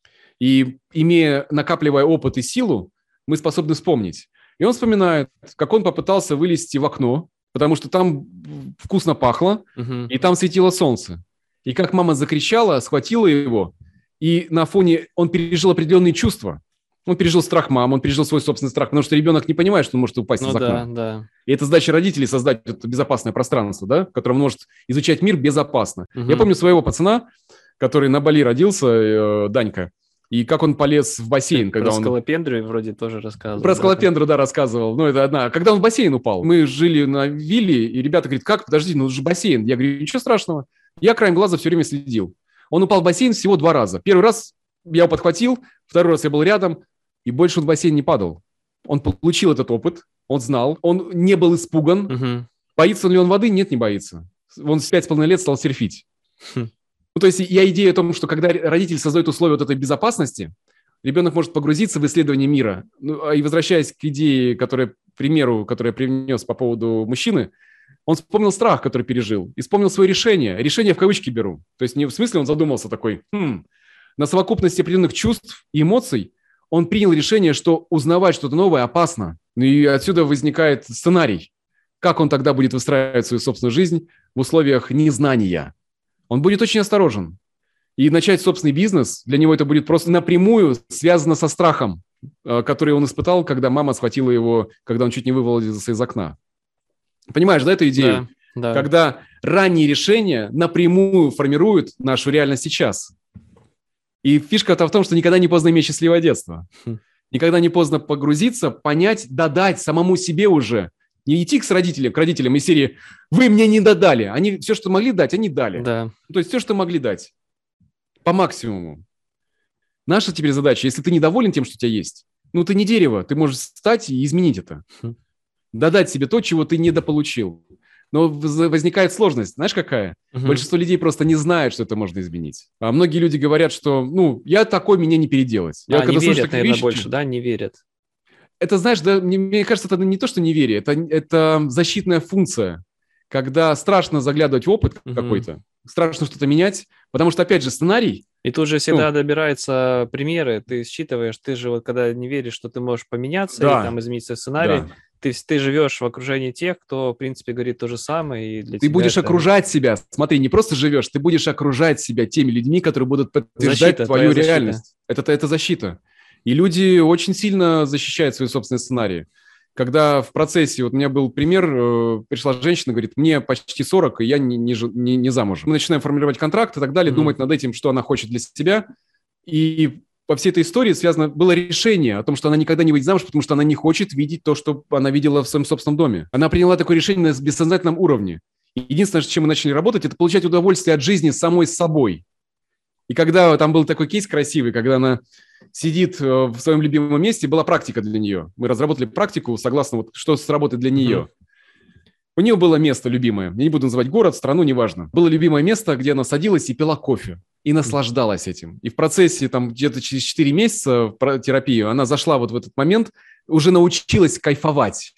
И накапливая опыт и силу, мы способны вспомнить. И он вспоминает, как он попытался вылезти в окно, потому что там вкусно пахло, и там светило солнце. И как мама закричала, схватила его, и на фоне он пережил определенные чувства. Он пережил страх мамы, он пережил свой собственный страх, потому что ребенок не понимает, что он может упасть из окна. Да. И это задача родителей создать это безопасное пространство, да, в котором он может изучать мир безопасно. Я помню своего пацана, который на Бали родился, Данька, и как он полез в бассейн, когда он... Про скалопендру вроде тоже рассказывал. Про скалопендру, да, рассказывал. Ну, это одна. Когда он в бассейн упал, мы жили на вилле, и ребята говорят, как, подожди, ну, это же бассейн. Я говорю, ничего страшного. Я краем глаза все время следил. Он упал в бассейн всего 2 раза. Первый раз я его подхватил, второй раз я был рядом, и больше он в бассейн не падал. Он получил этот опыт, он знал, он не был испуган. Боится ли он воды? Нет, не боится. Он с 5,5 лет стал серфить. Ну, то есть я идея о том, что когда родитель создает условия вот этой безопасности, ребенок может погрузиться в исследование мира. Ну, и возвращаясь к идее, примеру, который я принес по поводу мужчины, он вспомнил страх, который пережил, и вспомнил свое решение. Решение в кавычки беру. То есть не в смысле он задумался такой, на совокупности определенных чувств и эмоций он принял решение, что узнавать что-то новое опасно. Ну и отсюда возникает сценарий. Как он тогда будет выстраивать свою собственную жизнь в условиях незнания? Он будет очень осторожен. И начать собственный бизнес, для него это будет просто напрямую связано со страхом, который он испытал, когда мама схватила его, когда он чуть не вывалился из окна. Понимаешь, да, эту идею? Да. Когда ранние решения напрямую формируют нашу реальность сейчас. И фишка-то в том, что никогда не поздно иметь счастливое детство. Никогда не поздно погрузиться, понять, додать самому себе уже. Не идти к родителям из серии «Вы мне не додали». Они все, что могли дать, они дали. Да. То есть все, что могли дать. По максимуму. Наша теперь задача, если ты недоволен тем, что у тебя есть, ну ты не дерево, ты можешь встать и изменить это. Додать себе то, чего ты недополучил. Но возникает сложность. Знаешь, какая? Большинство людей просто не знают, что это можно изменить. А многие люди говорят, что, я такой, меня не переделать. Не верят, наверное, больше, да, не верят. Это, знаешь, да, мне кажется, это не то, что неверие, это защитная функция, когда страшно заглядывать в опыт какой-то, страшно что-то менять, потому что, опять же, сценарий... И тут же всегда добираются примеры, ты считываешь, ты же вот когда не веришь, что ты можешь поменяться и там изменить свой сценарий, ты живешь в окружении тех, кто, в принципе, говорит то же самое, и для ты тебя будешь это... окружать себя, смотри, не просто живешь, ты будешь окружать себя теми людьми, которые будут подтверждать твою реальность. Это защита. И люди очень сильно защищают свои собственные сценарии. Когда в процессе, вот у меня был пример, пришла женщина, говорит, мне почти 40, и я не замужем. Мы начинаем формировать контракт и так далее, думать над этим, что она хочет для себя. И по всей этой истории было решение о том, что она никогда не выйдет замуж, потому что она не хочет видеть то, что она видела в своем собственном доме. Она приняла такое решение на бессознательном уровне. И единственное, с чем мы начали работать, это получать удовольствие от жизни самой собой. И когда там был такой кейс красивый, когда она сидит в своем любимом месте, была практика для нее. Мы разработали практику согласно вот, что сработает для нее. У нее было место любимое. Я не буду называть город, страну, неважно. Было любимое место, где она садилась и пила кофе. И наслаждалась этим. И в процессе там где-то через 4 месяца терапии она зашла вот в этот момент, уже научилась кайфовать.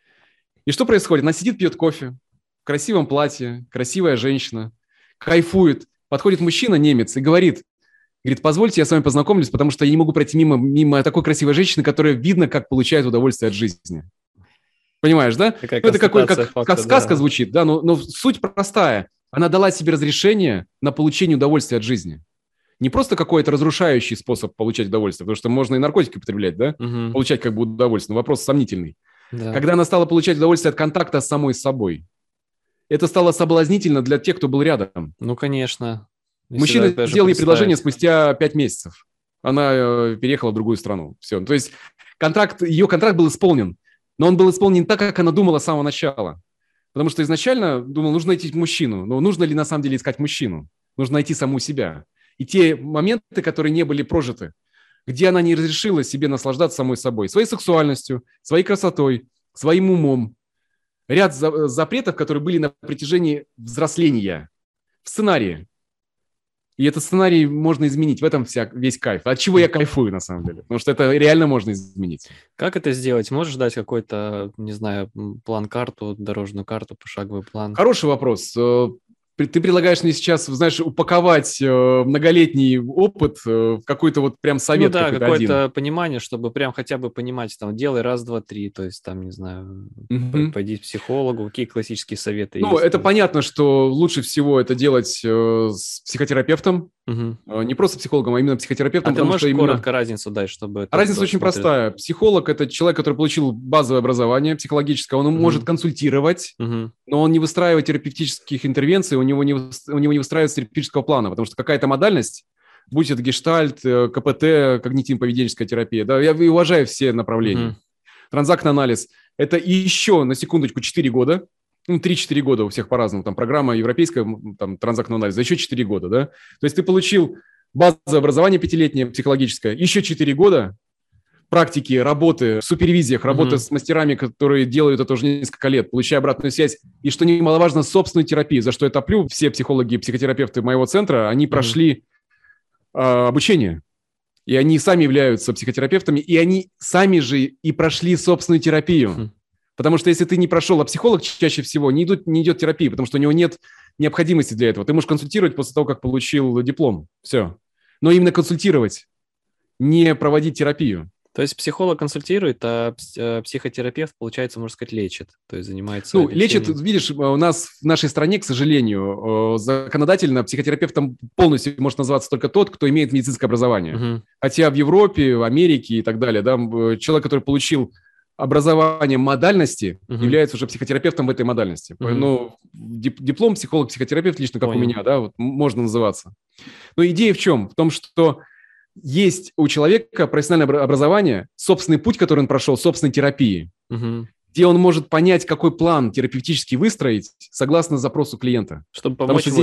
И что происходит? Она сидит, пьет кофе, в красивом платье, красивая женщина, кайфует. Подходит мужчина, немец, и говорит, позвольте, я с вами познакомлюсь, потому что я не могу пройти мимо такой красивой женщины, которая видно, как получает удовольствие от жизни. Понимаешь, да? Это как сказка звучит, да, но суть простая. Она дала себе разрешение на получение удовольствия от жизни. Не просто какой-то разрушающий способ получать удовольствие, потому что можно и наркотики употреблять, да, получать как бы удовольствие, но вопрос сомнительный. Да. Когда она стала получать удовольствие от контакта с самой собой, это стало соблазнительно для тех, кто был рядом. Ну, конечно. Мужчина сделал ей предложение спустя 5 месяцев. Она переехала в другую страну. Все. То есть ее контракт был исполнен, но он был исполнен так, как она думала с самого начала. Потому что изначально думала, нужно найти мужчину. Но нужно ли на самом деле искать мужчину? Нужно найти саму себя. И те моменты, которые не были прожиты, где она не разрешила себе наслаждаться самой собой, своей сексуальностью, своей красотой, своим умом. Ряд запретов, которые были на протяжении взросления в сценарии. И этот сценарий можно изменить. В этом весь кайф. От чего я кайфую, на самом деле. Потому что это реально можно изменить. Как это сделать? Можешь дать какой-то, не знаю, план-карту, дорожную карту, пошаговый план? Хороший вопрос. Ты предлагаешь мне сейчас, знаешь, упаковать многолетний опыт в какой-то вот прям совет. Ну да, какое-то понимание, чтобы прям хотя бы понимать, там, делай раз, два, три, то есть там, не знаю, пойди к психологу, какие классические советы есть? Ну, это понятно, что лучше всего это делать с психотерапевтом, не просто психологом, а именно психотерапевтом. А ты можешь коротко разницу дать, чтобы... Разница очень простая. Психолог – это человек, который получил базовое образование психологическое, он может консультировать, но он не выстраивает терапевтических интервенций, у него не выстраивается терапевтического плана, потому что какая-то модальность, будь это гештальт, КПТ, когнитивно-поведенческая терапия, да, я уважаю все направления. Транзактный анализ – это еще, на секундочку, 4 года, 3-4 года у всех по-разному, там программа европейская, там транзактного анализа, еще 4 года, да, то есть ты получил базовое образование 5-летнее психологическое, еще 4 года практики, работы в супервизиях, работы с мастерами, которые делают это уже несколько лет, получая обратную связь. И, что немаловажно, собственную терапию, за что я топлю. Все психологи и психотерапевты моего центра, они прошли обучение. И они сами являются психотерапевтами, и они сами же и прошли собственную терапию. Потому что если ты не прошел, а психолог чаще всего не идет терапии, потому что у него нет необходимости для этого. Ты можешь консультировать после того, как получил диплом. Все. Но именно консультировать, не проводить терапию. То есть психолог консультирует, а психотерапевт, получается, можно сказать, лечит, то есть занимается... Ну, лечит, видишь, у нас в нашей стране, к сожалению, законодательно психотерапевтом полностью может называться только тот, кто имеет медицинское образование. Хотя в Европе, в Америке и так далее, да, человек, который получил образование модальности, является уже психотерапевтом в этой модальности. Но диплом психолог-психотерапевт, лично как у меня, да, вот, можно называться. Но идея в чем? В том, что есть у человека профессиональное образование, собственный путь, который он прошел, собственной терапии, где он может понять, какой план терапевтический выстроить согласно запросу клиента. Чтобы помочь ему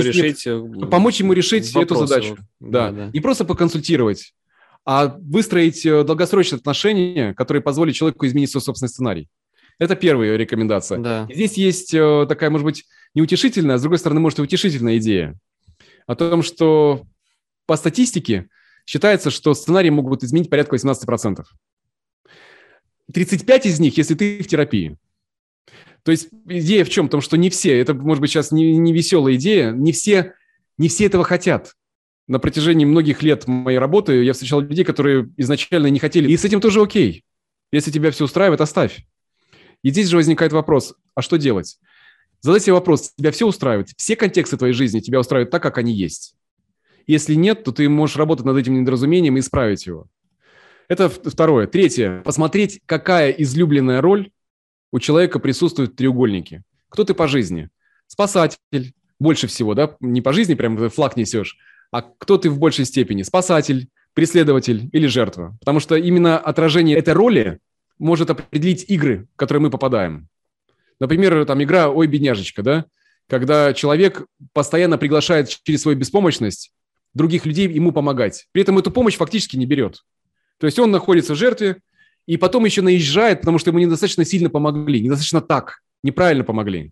решить эту задачу. Да. Не просто поконсультировать, а выстроить долгосрочные отношения, которые позволят человеку изменить свой собственный сценарий. Это первая рекомендация. Да. Здесь есть такая, может быть, неутешительная, а с другой стороны, может, и утешительная идея о том, что по статистике считается, что сценарии могут изменить порядка 18%. 35 из них, если ты в терапии. То есть идея в чем? В том, что не все, это, может быть, сейчас не веселая идея, не все этого хотят. На протяжении многих лет моей работы я встречал людей, которые изначально не хотели. И с этим тоже окей. Если тебя все устраивает, оставь. И здесь же возникает вопрос, а что делать? Задай себе вопрос, тебя все устраивает? Все контексты твоей жизни тебя устраивают так, как они есть? Если нет, то ты можешь работать над этим недоразумением и исправить его. Это второе. Третье. Посмотреть, какая излюбленная роль у человека присутствует в треугольнике. Кто ты по жизни? Спасатель. Больше всего, да? Не по жизни прям флаг несешь, а кто ты в большей степени? Спасатель, преследователь или жертва? Потому что именно отражение этой роли может определить игры, в которые мы попадаем. Например, там игра «Ой, бедняжечка», да? Когда человек постоянно приглашает через свою беспомощность других людей ему помогать. При этом эту помощь фактически не берет. То есть он находится в жертве и потом еще наезжает, потому что ему недостаточно сильно помогли, недостаточно так, неправильно помогли.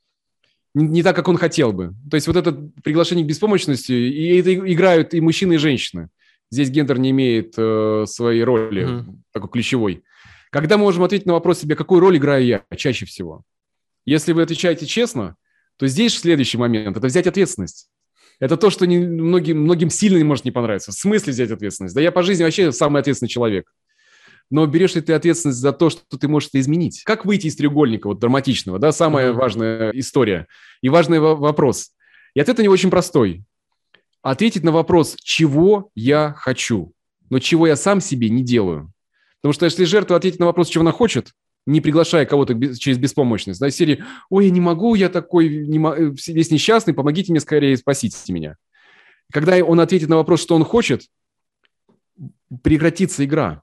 Не так, как он хотел бы. То есть вот это приглашение к беспомощности, и это играют и мужчины, и женщины. Здесь гендер не имеет своей роли, такой ключевой. Когда мы можем ответить на вопрос себе, какую роль играю я чаще всего? Если вы отвечаете честно, то здесь следующий момент – это взять ответственность. Это то, что многим сильно не может не понравиться. В смысле взять ответственность? Да я по жизни вообще самый ответственный человек. Но берешь ли ты ответственность за то, что ты можешь это изменить? Как выйти из треугольника вот драматичного? Да, самая важная история и важный вопрос. И ответ на него очень простой. Ответить на вопрос, чего я хочу, но чего я сам себе не делаю. Потому что если жертва ответит на вопрос, чего она хочет, не приглашая кого-то через беспомощность, да, из серии «Ой, я не могу, я такой весь несчастный, помогите мне скорее, спасите меня». Когда он ответит на вопрос, что он хочет, прекратится игра.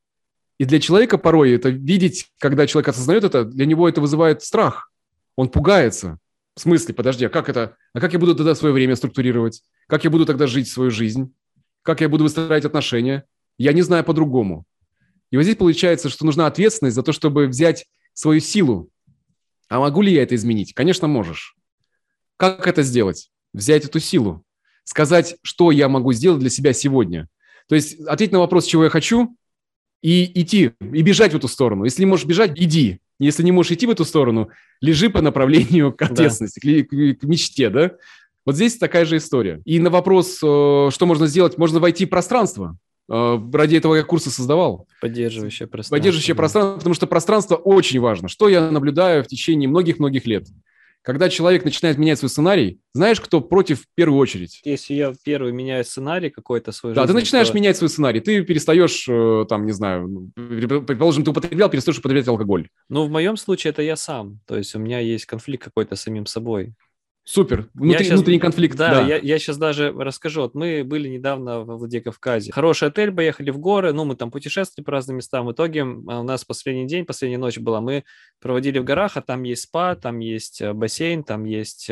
И для человека порой это видеть, когда человек осознает это, для него это вызывает страх. Он пугается. В смысле, подожди, а как это? А как я буду тогда свое время структурировать? Как я буду тогда жить свою жизнь? Как я буду выстраивать отношения? Я не знаю по-другому. И вот здесь получается, что нужна ответственность за то, чтобы взять свою силу. А могу ли я это изменить? Конечно, можешь. Как это сделать? Взять эту силу. Сказать, что я могу сделать для себя сегодня. То есть ответить на вопрос, чего я хочу, и идти, и бежать в эту сторону. Если не можешь бежать, иди. Если не можешь идти в эту сторону, лежи по направлению к ответственности, к мечте, да? Вот здесь такая же история. И на вопрос, что можно сделать, можно войти в пространство. Ради этого я курсы создавал. Поддерживающее пространство. Поддерживающее пространство, потому что пространство очень важно. Что я наблюдаю в течение многих-многих лет? Когда человек начинает менять свой сценарий, знаешь, кто против в первую очередь? Если я первый меняю сценарий какой-то свой жизни, ты начинаешь менять свой сценарий. Ты перестаешь, там, не знаю, предположим, ты употреблял, перестаешь употреблять алкоголь. Ну, в моем случае это я сам. То есть у меня есть конфликт какой-то с самим собой. Супер. Внутренний конфликт. Да, я сейчас даже расскажу. Вот мы были недавно во Владикавказе. Хороший отель, поехали в горы. Ну, мы там путешествовали по разным местам. В итоге у нас последняя ночь была. Мы проводили в горах, а там есть спа, там есть бассейн, там есть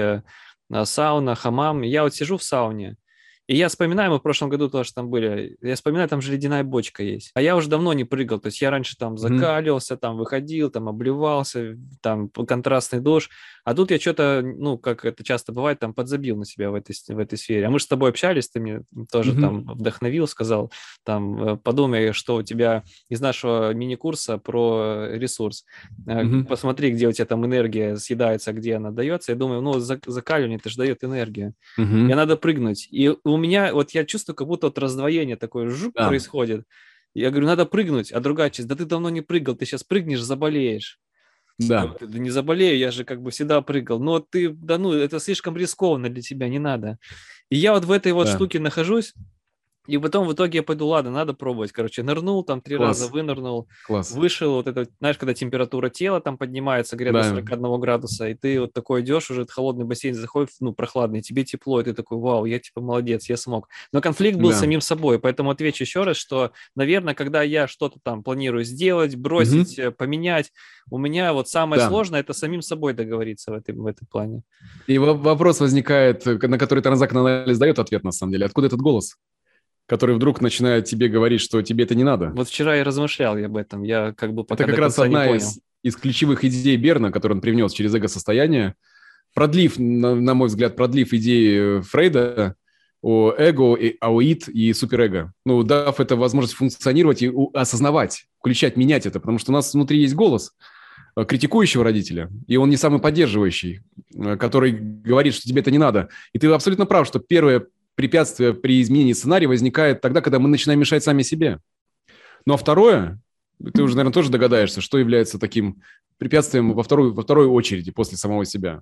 сауна, хамам. Я вот сижу в сауне. И я вспоминаю, мы в прошлом году тоже там были, я вспоминаю, там же ледяная бочка есть. А я уже давно не прыгал, то есть я раньше там закаливался, там выходил, там обливался, там контрастный душ. А тут я что-то, ну, как это часто бывает, там подзабил на себя в этой сфере. А мы же с тобой общались, ты мне тоже там вдохновил, сказал, там, подумай, что у тебя из нашего мини-курса про ресурс. Посмотри, где у тебя там энергия съедается, где она дается. Я думаю, ну, закаливание, это же дает энергию. Мне надо прыгнуть. И у меня, вот я чувствую, как будто вот раздвоение такое происходит. Я говорю, надо прыгнуть, а другая часть, да ты давно не прыгал, ты сейчас прыгнешь, заболеешь. Да. Да не заболею, я же как бы всегда прыгал. Но ты, да ну, это слишком рискованно для тебя, не надо. И я вот в этой вот штуке нахожусь, и потом в итоге я пойду, ладно, надо пробовать. Короче, нырнул, там 3 раза вынырнул, вышел, вот это, знаешь, когда температура тела там поднимается где-то до 41 градуса, и ты вот такой идешь, уже холодный бассейн заходит, ну, прохладный, тебе тепло, и ты такой, вау, я типа молодец, я смог. Но конфликт был с самим собой, поэтому отвечу еще раз, что, наверное, когда я что-то там планирую сделать, бросить, поменять, у меня вот самое сложное – это самим собой договориться в этом плане. И вопрос возникает, на который транзактный анализ дает ответ, на самом деле. Откуда этот голос, который вдруг начинает тебе говорить, что тебе это не надо? Вот вчера я размышлял об этом, я как бы пока это как раз одна из ключевых идей Берна, которую он привнес через эго-состояние, продлив, на мой взгляд, продлив идеи Фрейда, о эго, аоид и суперэго. Ну, дав это возможность функционировать и осознавать, включать, менять это, потому что у нас внутри есть голос критикующего родителя, и он не самый поддерживающий, который говорит, что тебе это не надо. И ты абсолютно прав, что первое препятствие при изменении сценария возникает тогда, когда мы начинаем мешать сами себе. Ну, а второе, ты уже, наверное, тоже догадаешься, что является таким препятствием во второй очереди после самого себя.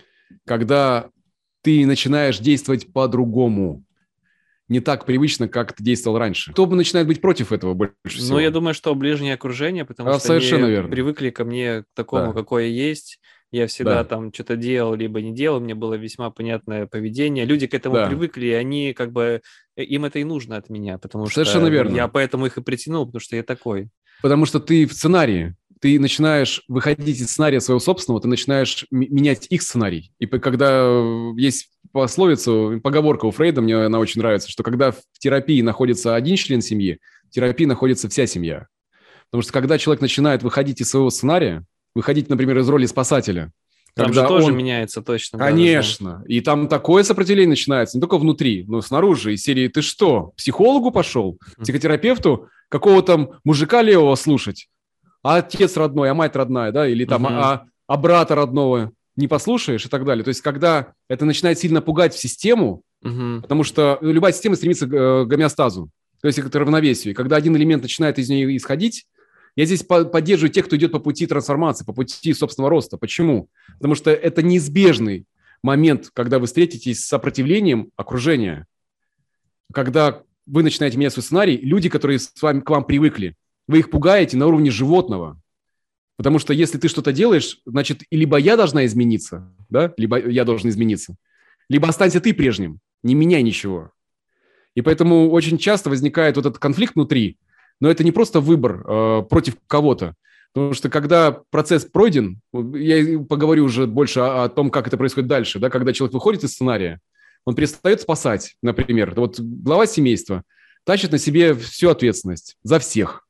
Когда ты начинаешь действовать по-другому, не так привычно, как ты действовал раньше. Кто бы начинает быть против этого больше всего? Ну, я думаю, что ближнее окружение, потому что совершенно они верно. привыкли ко мне к такому, какое есть. Я всегда там что-то делал, либо не делал, мне было весьма понятное поведение. Люди к этому привыкли, и они как бы, им это и нужно от меня, потому совершенно что верно. Я поэтому их и притянул, потому что я такой. Потому что ты в сценарии. Ты начинаешь выходить из сценария своего собственного, ты начинаешь менять их сценарий. И когда есть поговорка у Фрейда, мне она очень нравится, что когда в терапии находится один член семьи, в терапии находится вся семья. Потому что когда человек начинает выходить из своего сценария, выходить, например, из роли спасателя, там когда же тоже меняется точно. Конечно. Да. И там такое сопротивление начинается, не только внутри, но и снаружи. Из серии «Ты что, к психологу пошел? Психотерапевту? Какого там мужика левого слушать? А отец родной, а мать родная, да? Или там а брата родного не послушаешь и так далее». То есть когда это начинает сильно пугать в систему, потому что любая система стремится к гомеостазу, то есть к равновесию. И когда один элемент начинает из нее исходить, я здесь поддерживаю тех, кто идет по пути трансформации, по пути собственного роста. Почему? Потому что это неизбежный момент, когда вы встретитесь с сопротивлением окружения. Когда вы начинаете менять свой сценарий, люди, которые к вам привыкли, вы их пугаете на уровне животного. Потому что если ты что-то делаешь, значит, либо я должна измениться, да, либо я должен измениться, либо останься ты прежним, не меняй ничего. И поэтому очень часто возникает вот этот конфликт внутри. Но это не просто выбор против кого-то. Потому что когда процесс пройден, я поговорю уже больше о том, как это происходит дальше, да, когда человек выходит из сценария, он перестает спасать, например. Вот глава семейства тащит на себе всю ответственность за всех.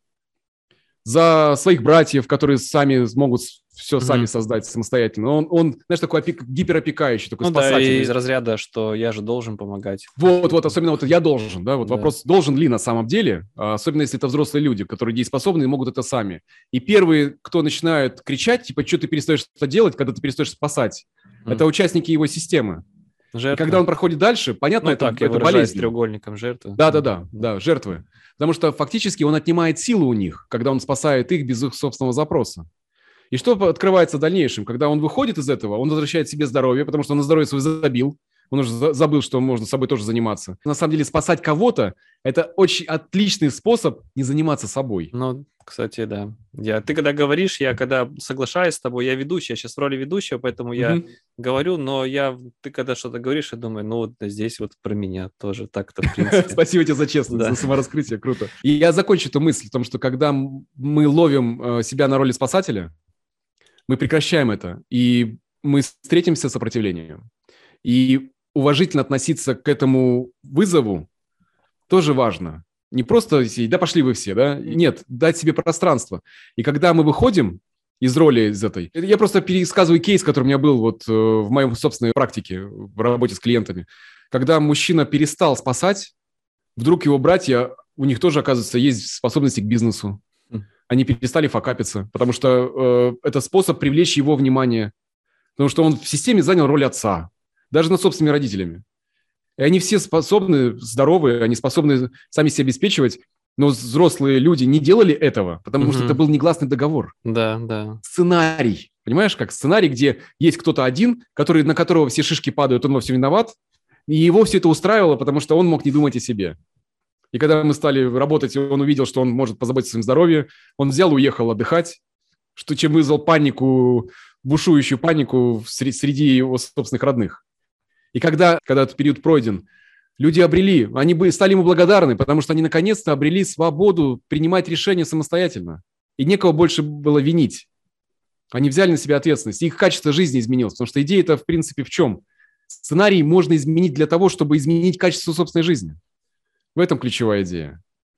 За своих братьев, которые сами смогут все сами создать самостоятельно. Он, знаешь, такой гиперопекающий, такой спасатель. Да, и из разряда, что я же должен помогать. Вот, особенно вот я должен, да, вот вопрос, должен ли на самом деле, особенно если это взрослые люди, которые дееспособны и могут это сами. И первые, кто начинает кричать, типа, что ты перестаешь это делать, когда ты перестаешь спасать, это участники его системы. И когда он проходит дальше, понятно, это болезнь. Треугольником жертвы. Да, жертвы. Потому что фактически он отнимает силу у них, когда он спасает их без их собственного запроса. И что открывается в дальнейшем? Когда он выходит из этого, он возвращает себе здоровье, потому что он на здоровье свой забил. Он уже забыл, что можно собой тоже заниматься. На самом деле спасать кого-то – это очень отличный способ не заниматься собой. Ну, кстати, да. Ты когда говоришь, я когда соглашаюсь с тобой, я ведущий, я сейчас в роли ведущего, поэтому я говорю, но ты когда что-то говоришь, я думаю, ну вот здесь вот про меня тоже так-то, в принципе. Спасибо тебе за честность, за самораскрытие, круто. И я закончу эту мысль о том, что когда мы ловим себя на роли спасателя, мы прекращаем это, и мы встретимся с сопротивлением. И уважительно относиться к этому вызову тоже важно. Не просто сидеть, да пошли вы все, да? Нет, дать себе пространство. И когда мы выходим из роли из этой, я просто пересказываю кейс, который у меня был вот в моей собственной практике в работе с клиентами. Когда мужчина перестал спасать, вдруг его братья, у них тоже, оказывается, есть способности к бизнесу. Они перестали факапиться, потому что это способ привлечь его внимание. Потому что он в системе занял роль отца, даже над собственными родителями. И они все способны, здоровые, они способны сами себя обеспечивать, но взрослые люди не делали этого, потому что это был негласный договор. Да. Сценарий. Понимаешь, как сценарий, где есть кто-то один, на которого все шишки падают, он во всем виноват, и его все это устраивало, потому что он мог не думать о себе. И когда мы стали работать, он увидел, что он может позаботиться о своем здоровье, он взял и уехал отдыхать, чем вызвал панику, бушующую панику среди его собственных родных. И когда этот период пройден, люди они стали ему благодарны, потому что они наконец-то обрели свободу принимать решения самостоятельно. И некого больше было винить. Они взяли на себя ответственность. Их качество жизни изменилось, потому что идея-то, в принципе, в чем? Сценарий можно изменить для того, чтобы изменить качество собственной жизни. В этом ключевая идея.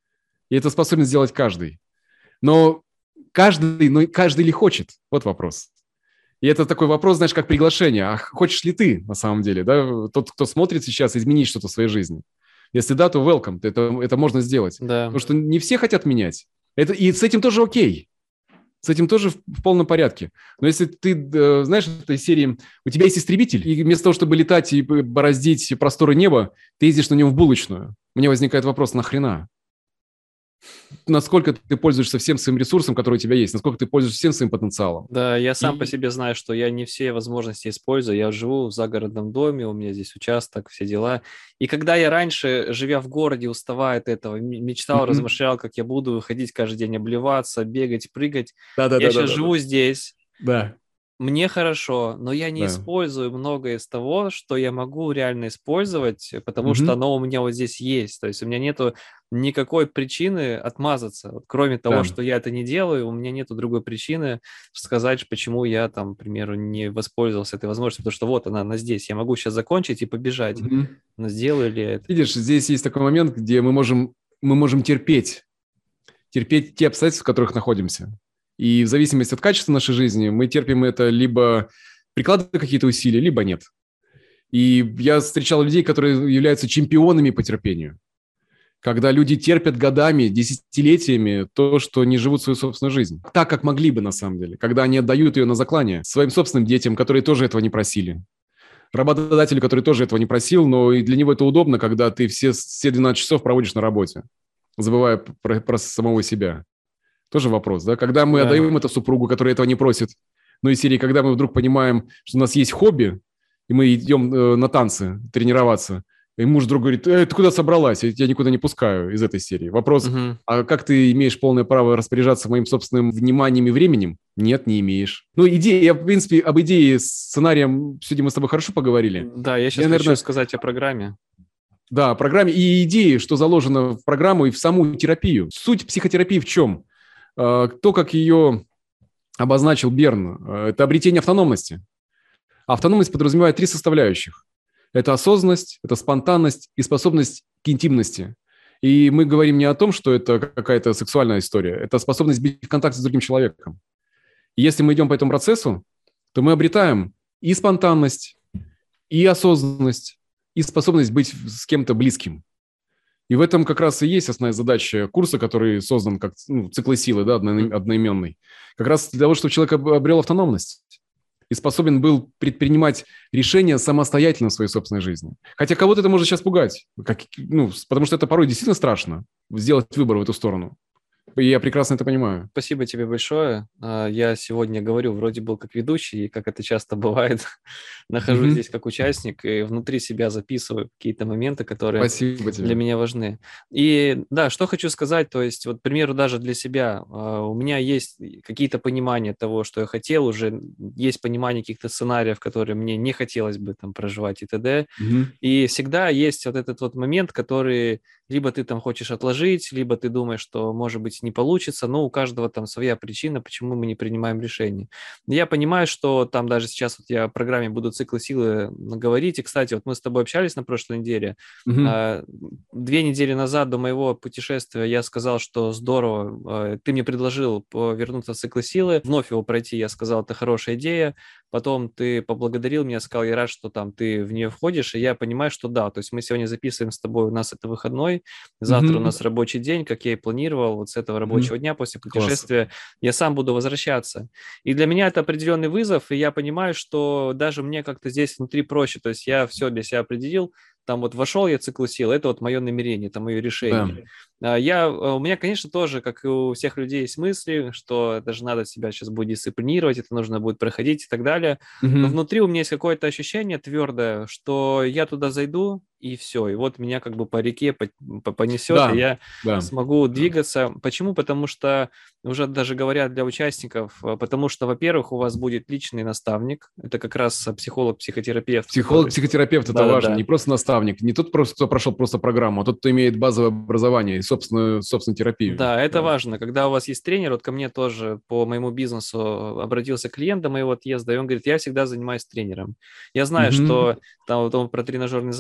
И это способен сделать каждый. Но каждый ли хочет? Вот вопрос. И это такой вопрос, знаешь, как приглашение. А хочешь ли ты, на самом деле, да, тот, кто смотрит сейчас, изменить что-то в своей жизни? Если да, то welcome, это можно сделать. Да. Потому что не все хотят менять. И с этим тоже окей. С этим тоже в полном порядке. Но если ты, знаешь, в этой серии, у тебя есть истребитель, и вместо того, чтобы летать и бороздить просторы неба, ты ездишь на нем в булочную. У меня возникает вопрос, нахрена? Насколько ты пользуешься всем своим ресурсом, который у тебя есть, насколько ты пользуешься всем своим потенциалом. Да, я сам по себе знаю, что я не все возможности использую. Я живу в загородном доме, у меня здесь участок, все дела. И когда я раньше, живя в городе, уставая от этого, мечтал, размышлял, как я буду выходить каждый день, обливаться, бегать, прыгать. Я сейчас живу здесь. Да. Мне хорошо, но я не использую многое из того, что я могу реально использовать, потому что оно у меня вот здесь есть. То есть у меня нету никакой причины отмазаться. Вот, кроме того, что я это не делаю, у меня нету другой причины сказать, почему я там, к примеру, не воспользовался этой возможностью, потому что вот она здесь. Я могу сейчас закончить и побежать. Но сделаю ли я это? Видишь, здесь есть такой момент, где мы можем терпеть те обстоятельства, в которых находимся. И в зависимости от качества нашей жизни мы терпим это либо прикладывая какие-то усилия, либо нет. И я встречал людей, которые являются чемпионами по терпению. Когда люди терпят годами, десятилетиями то, что не живут свою собственную жизнь. Так, как могли бы на самом деле. Когда они отдают ее на заклание своим собственным детям, которые тоже этого не просили. Работодателю, который тоже этого не просил, но и для него это удобно, когда ты все 12 часов проводишь на работе, забывая про самого себя. Тоже вопрос, да? Когда мы отдаем это супругу, которая этого не просит, ну и серии, когда мы вдруг понимаем, что у нас есть хобби, и мы идем на танцы тренироваться, и муж вдруг говорит, ты куда собралась? Я тебя никуда не пускаю из этой серии. Вопрос, а как ты имеешь полное право распоряжаться моим собственным вниманием и временем? Нет, не имеешь. Ну, идея, в принципе, об идее с сценарием сегодня мы с тобой хорошо поговорили. Да, я сейчас хочу сказать о программе. Да, о программе и идеи, что заложено в программу и в саму терапию. Суть психотерапии в чем? То, как ее обозначил Берн, это обретение автономности. Автономность подразумевает 3 составляющих. Это осознанность, это спонтанность и способность к интимности. И мы говорим не о том, что это какая-то сексуальная история, это способность быть в контакте с другим человеком. И если мы идем по этому процессу, то мы обретаем и спонтанность, и осознанность, и способность быть с кем-то близким. И в этом как раз и есть основная задача курса, который создан как цикл силы, да, одноименный. Как раз для того, чтобы человек обрел автономность и способен был предпринимать решения самостоятельно в своей собственной жизни. Хотя кого-то это может сейчас пугать, потому что это порой действительно страшно, сделать выбор в эту сторону. И я прекрасно это понимаю. Спасибо тебе большое. Я сегодня говорю, вроде был как ведущий, и как это часто бывает, нахожусь здесь как участник, и внутри себя записываю какие-то моменты, которые для меня важны. И да, что хочу сказать, то есть, вот, к примеру, даже для себя, у меня есть какие-то понимания того, что я хотел, уже есть понимание каких-то сценариев, которые мне не хотелось бы там проживать и т.д. И всегда есть вот этот вот момент, который либо ты там хочешь отложить, либо ты думаешь, что, может быть, не получится, но у каждого там своя причина, почему мы не принимаем решения. Я понимаю, что там даже сейчас вот я в программе буду циклы силы говорить, и, кстати, вот мы с тобой общались на прошлой неделе, 2 недели назад до моего путешествия я сказал, что здорово, ты мне предложил вернуться в циклы силы, вновь его пройти, я сказал, это хорошая идея, потом ты поблагодарил меня, сказал, я рад, что там ты в нее входишь, и я понимаю, что да, то есть мы сегодня записываем с тобой, у нас это выходной, завтра у нас рабочий день, как я и планировал, вот с этого рабочего дня после путешествия я сам буду возвращаться. И для меня это определенный вызов, и я понимаю, что даже мне как-то здесь внутри проще, то есть я все для себя определил, там вот вошел я в цикл сил, это вот мое намерение, это мое решение. У меня, конечно, тоже, как и у всех людей, есть мысли, что это же надо себя сейчас будет дисциплинировать, это нужно будет проходить и так далее. Но внутри у меня есть какое-то ощущение твердое, что я туда зайду, и все. И вот меня как бы по реке понесет, и я смогу двигаться. Почему? Потому что, уже даже говорят для участников, потому что, во-первых, у вас будет личный наставник, это как раз психолог-психотерапевт. Психолог-психотерапевт, это важно, не просто наставник, не тот, кто прошел просто программу, а тот, кто имеет базовое образование и собственную терапию. Да, это важно. Когда у вас есть тренер, вот ко мне тоже по моему бизнесу обратился клиент до моего отъезда, и он говорит, я всегда занимаюсь тренером. Я знаю, что там вот он про тренажерный зал говорил,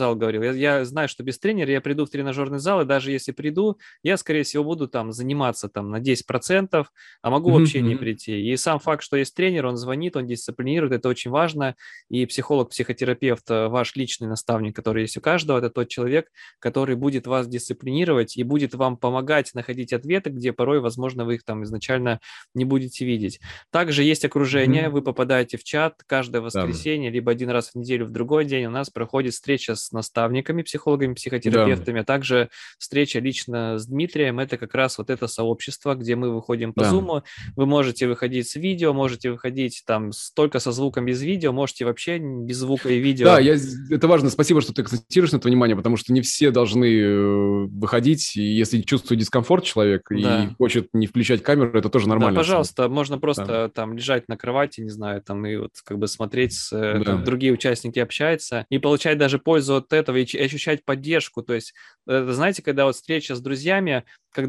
Я знаю, что без тренера я приду в тренажерный зал, и даже если приду, я, скорее всего, буду там заниматься там на 10%, а могу вообще не прийти. И сам факт, что есть тренер, он звонит, он дисциплинирует, это очень важно. И психолог, психотерапевт, ваш личный наставник, который есть у каждого, это тот человек, который будет вас дисциплинировать и будет вам помогать находить ответы, где порой, возможно, вы их там изначально не будете видеть. Также есть окружение, вы попадаете в чат каждое воскресенье, либо один раз в неделю в другой день у нас проходит встреча с наставниками, психологами, психотерапевтами, а также встреча лично с Дмитрием. Это как раз вот это сообщество, где мы выходим по Zoom. Вы можете выходить с видео, можете выходить там только со звуком, без видео, можете вообще без звука и видео. Да, это важно. Спасибо, что ты акцентируешь на это внимание, потому что не все должны выходить, и если чувствует дискомфорт человек и хочет не включать камеру, это тоже нормально. Да, пожалуйста, можно просто там лежать на кровати, не знаю, там и вот как бы смотреть, как другие участники общаются, и получать даже пользу от этого, и ощущать поддержку. То есть, знаете, когда вот встреча с друзьями,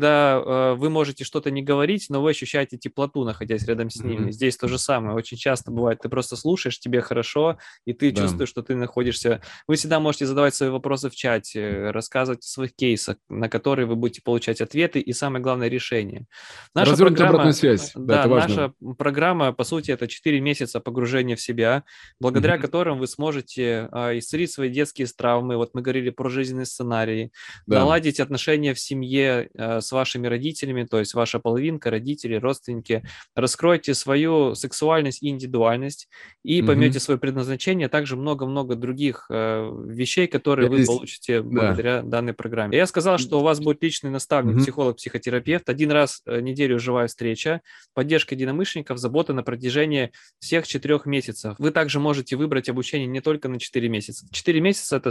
когда вы можете что-то не говорить, но вы ощущаете теплоту, находясь рядом с ними. Здесь то же самое. Очень часто бывает, ты просто слушаешь, тебе хорошо, и ты чувствуешь, что ты находишься... Вы всегда можете задавать свои вопросы в чате, рассказывать о своих кейсах, на которые вы будете получать ответы и, самое главное, решение. Развернуть обратную связь. Да, это наша программа, по сути, это 4 месяца погружения в себя, благодаря которым вы сможете исцелить свои детские травмы. Вот мы говорили про жизненные сценарии, наладить отношения в семье с вашими родителями, то есть ваша половинка, родители, родственники. Раскройте свою сексуальность и индивидуальность и поймете свое предназначение, также много-много других вещей, которые вы получите благодаря данной программе. Я сказал, что у вас будет личный наставник, психолог, психотерапевт. Один раз в неделю живая встреча, поддержка единомышленников, забота на протяжении всех 4 месяцев. Вы также можете выбрать обучение не только на 4 месяца. 4 месяца – это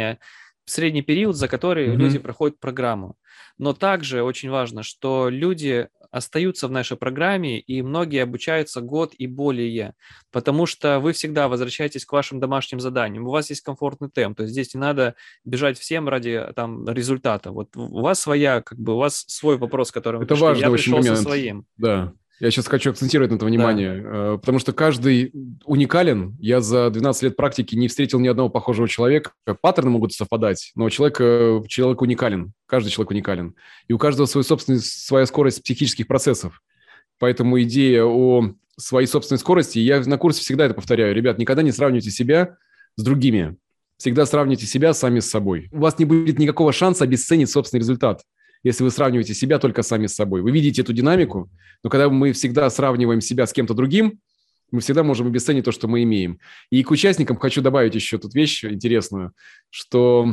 средний период, за который люди проходят программу. Но также очень важно, что люди остаются в нашей программе, и многие обучаются год и более, потому что вы всегда возвращаетесь к вашим домашним заданиям. У вас есть комфортный темп, то есть здесь не надо бежать всем ради там результата. Вот у вас у вас свой вопрос, который вы пришли. Я пришел со своим. Да. Я сейчас хочу акцентировать на это внимание, потому что каждый уникален. Я за 12 лет практики не встретил ни одного похожего человека. Паттерны могут совпадать, но человек уникален. Каждый человек уникален. И у каждого своя скорость психических процессов. Поэтому идея о своей собственной скорости, я на курсе всегда это повторяю. Ребят, никогда не сравнивайте себя с другими. Всегда сравните себя сами с собой. У вас не будет никакого шанса обесценить собственный результат, если вы сравниваете себя только сами с собой. Вы видите эту динамику, но когда мы всегда сравниваем себя с кем-то другим, мы всегда можем обесценить то, что мы имеем. И к участникам хочу добавить еще тут вещь интересную, что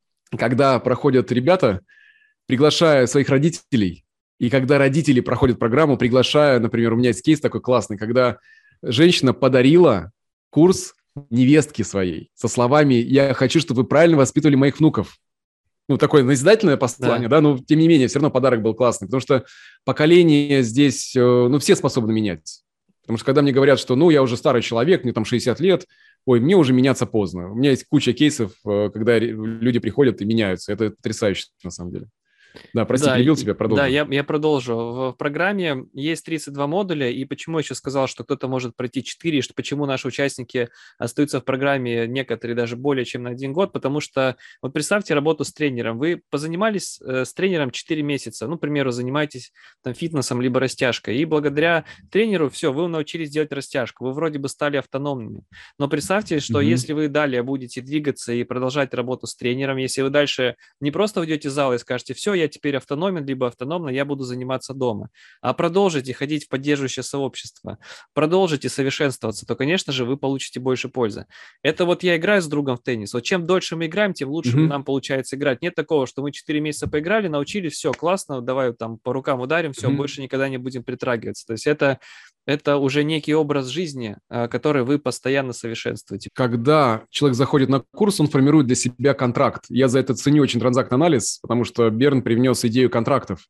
когда проходят ребята, приглашая своих родителей, и когда родители проходят программу, приглашая, например, у меня есть кейс такой классный, когда женщина подарила курс невестке своей со словами «Я хочу, чтобы вы правильно воспитывали моих внуков». Такое назидательное послание, но тем не менее, все равно подарок был классный, потому что поколение здесь, все способны менять. Потому что когда мне говорят, что, я уже старый человек, мне там 60 лет, мне уже меняться поздно. У меня есть куча кейсов, когда люди приходят и меняются. Это потрясающе, на самом деле. Да, прости, перебил тебя, продолжу. Да, я продолжу. В программе есть 32 модуля, и почему я еще сказал, что кто-то может пройти 4, что почему наши участники остаются в программе, некоторые даже более чем на 1 год, потому что, вот представьте работу с тренером. Вы позанимались с тренером 4 месяца, к примеру, занимаетесь там фитнесом либо растяжкой, и благодаря тренеру, все, вы научились делать растяжку, вы вроде бы стали автономными. Но представьте, что если вы далее будете двигаться и продолжать работу с тренером, если вы дальше не просто уйдете в зал и скажете, все, я теперь автономен, либо автономно, я буду заниматься дома, а продолжите ходить в поддерживающее сообщество, продолжите совершенствоваться, то, конечно же, вы получите больше пользы. Это вот я играю с другом в теннис. Вот чем дольше мы играем, тем лучше нам получается играть. Нет такого, что мы 4 месяца поиграли, научились, все, классно, давай там по рукам ударим, все, больше никогда не будем притрагиваться. То есть это уже некий образ жизни, который вы постоянно совершенствуете. Когда человек заходит на курс, он формирует для себя контракт. Я за это ценю очень транзактный анализ, потому что Берн привнес идею контрактов.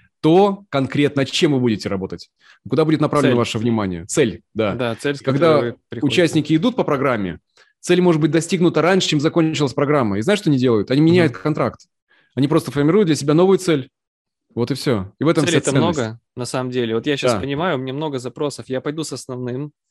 То конкретно, чем вы будете работать, куда будет направлено ваше внимание. Цель, да. Да, цель, когда участники идут по программе, цель может быть достигнута раньше, чем закончилась программа. И знаешь, что они делают? Они меняют контракт. Они просто формируют для себя новую цель. Вот и все. И в этом Целей-то много, на самом деле. Вот я сейчас понимаю, у меня много запросов. Я пойду с основным,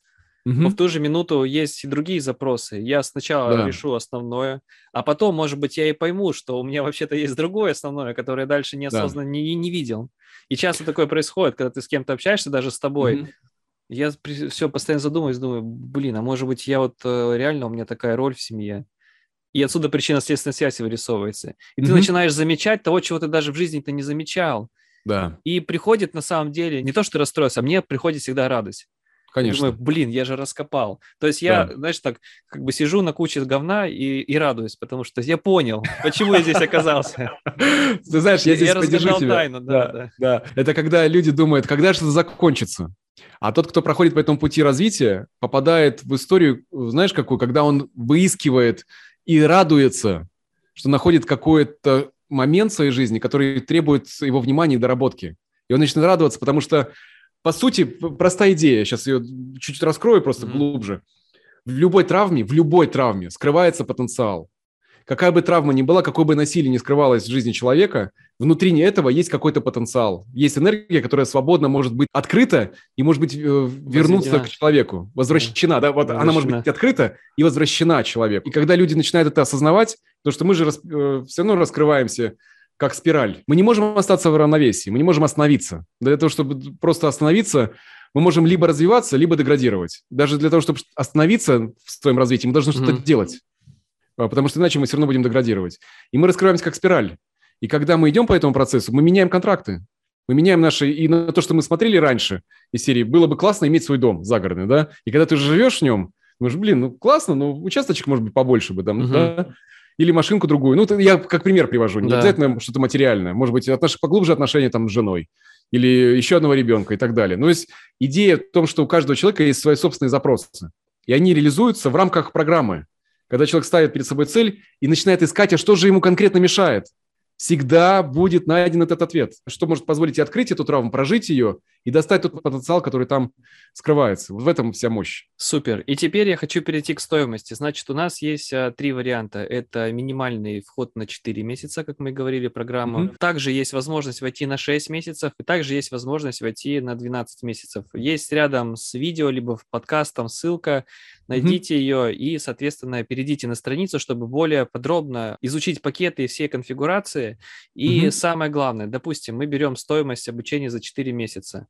но в ту же минуту есть и другие запросы. Я сначала решу основное, а потом, может быть, я и пойму, что у меня вообще-то есть другое основное, которое я дальше неосознанно не видел. И часто такое происходит, когда ты с кем-то общаешься, даже с тобой. Я все постоянно задумываюсь, думаю, блин, а может быть, я вот реально, у меня такая роль в семье. И отсюда причинно-следственная связь вырисовывается. И ты начинаешь замечать того, чего ты даже в жизни-то не замечал. Да. И приходит на самом деле, не то, что ты расстроился, а мне приходит всегда радость. Конечно. Я думаю, блин, я же раскопал. То есть я, знаешь, так как бы сижу на куче говна и радуюсь, потому что я понял, почему я здесь оказался. Ты знаешь, я здесь поддержу тебя. Тайну, да. Это когда люди думают, когда же это закончится. А тот, кто проходит по этому пути развития, попадает в историю, знаешь, какую, когда он выискивает и радуется, что находит какой-то момент в своей жизни, который требует его внимания и доработки. И он начинает радоваться, потому что, по сути, простая идея, сейчас ее чуть-чуть раскрою просто глубже. В любой травме скрывается потенциал. Какая бы травма ни была, какое бы насилие ни скрывалось в жизни человека, внутри этого есть какой-то потенциал. Есть энергия, которая свободно может быть открыта и, может быть, вернуться к человеку. Возвращена. Да? Вот она может быть открыта и возвращена человеку. И когда люди начинают это осознавать, потому что мы же все равно раскрываемся как спираль. Мы не можем остаться в равновесии, мы не можем остановиться. Для того, чтобы просто остановиться, мы можем либо развиваться, либо деградировать. Даже для того, чтобы остановиться в своем развитии, мы должны что-то делать. Потому что иначе мы все равно будем деградировать. И мы раскрываемся как спираль. И когда мы идем по этому процессу, мы меняем контракты. Мы меняем наши... И на то, что мы смотрели раньше из серии, было бы классно иметь свой дом загородный, да? И когда ты живешь в нем, думаешь, блин, ну классно, но участочек может быть побольше бы там, да? Или машинку другую. Ну, я как пример привожу. Не обязательно что-то материальное. Может быть, поглубже отношения там с женой. Или еще одного ребенка и так далее. Но есть идея в том, что у каждого человека есть свои собственные запросы. И они реализуются в рамках программы. Когда человек ставит перед собой цель и начинает искать, а что же ему конкретно мешает, всегда будет найден этот ответ. Что может позволить тебе открыть эту травму, прожить ее и достать тот потенциал, который там скрывается. Вот в этом вся мощь. Супер. И теперь я хочу перейти к стоимости. Значит, у нас есть 3 варианта. Это минимальный вход на 4 месяца, как мы говорили, программу. Также есть возможность войти на 6 месяцев, и также есть возможность войти на 12 месяцев. Есть рядом с видео, либо в подкастом ссылка. Найдите ее и, соответственно, перейдите на страницу, чтобы более подробно изучить пакеты и все конфигурации. И самое главное, допустим, мы берем стоимость обучения за 4 месяца.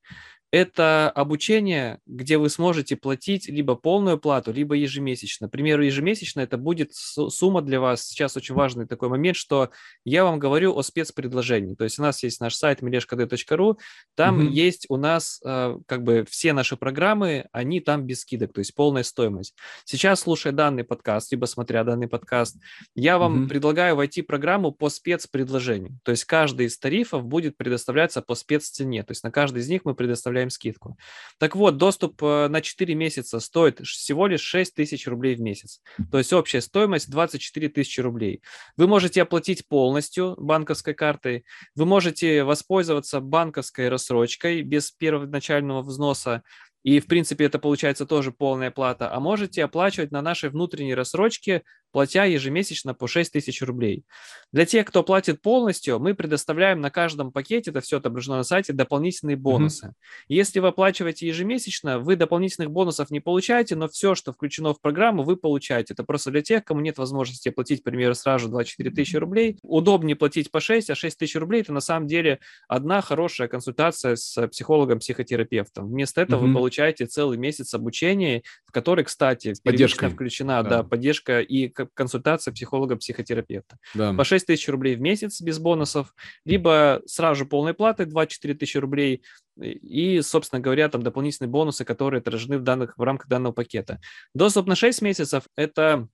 Это обучение, где вы сможете платить либо полную плату, либо ежемесячно. К примеру, ежемесячно это будет сумма для вас. Сейчас очень важный такой момент, что я вам говорю о спецпредложении. То есть у нас есть наш сайт mileshkd.ru, там есть у нас как бы все наши программы, они там без скидок, то есть полная стоимость. Сейчас, слушая данный подкаст, либо смотря данный подкаст, я вам предлагаю войти в программу по спецпредложению. То есть каждый из тарифов будет предоставляться по спеццене. То есть на каждый из них мы предоставляем скидку. Так вот, доступ на 4 месяца стоит всего лишь 6 тысяч рублей в месяц. То есть общая стоимость 24 тысячи рублей. Вы можете оплатить полностью банковской картой, вы можете воспользоваться банковской рассрочкой без первоначального взноса, и, в принципе, это получается тоже полная плата, а можете оплачивать на нашей внутренней рассрочке, платя ежемесячно по 6 тысяч рублей. Для тех, кто платит полностью, мы предоставляем на каждом пакете, это все отображено на сайте, дополнительные бонусы. Если вы оплачиваете ежемесячно, вы дополнительных бонусов не получаете, но все, что включено в программу, вы получаете. Это просто для тех, кому нет возможности оплатить, к примеру, сразу 24 тысячи рублей. Удобнее платить по 6, а 6 тысяч рублей – это на самом деле одна хорошая консультация с психологом-психотерапевтом. Вместо этого вы получаете целый месяц обучения, в который, кстати, первично включена поддержка и консультация психолога-психотерапевта. По 6 тысяч рублей в месяц без бонусов, либо сразу же полной платой 24 тысячи рублей и, собственно говоря, там дополнительные бонусы, которые отражены в рамках данного пакета. Доступ на 6 месяцев – это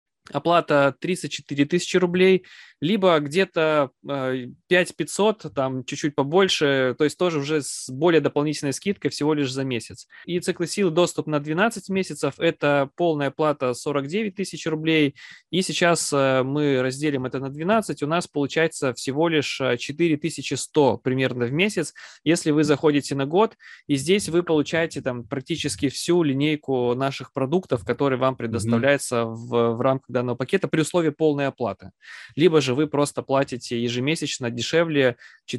оплата 34 тысячи рублей, либо где-то 5500, там чуть-чуть побольше, то есть тоже уже с более дополнительной скидкой всего лишь за месяц. И циклы силы доступ на 12 месяцев, это полная плата 49 тысяч рублей, и сейчас мы разделим это на 12, у нас получается всего лишь 4100 примерно в месяц, если вы заходите на год, и здесь вы получаете там практически всю линейку наших продуктов, которые вам предоставляются в рамках данного пакета при условии полной оплаты. Либо же вы просто платите ежемесячно дешевле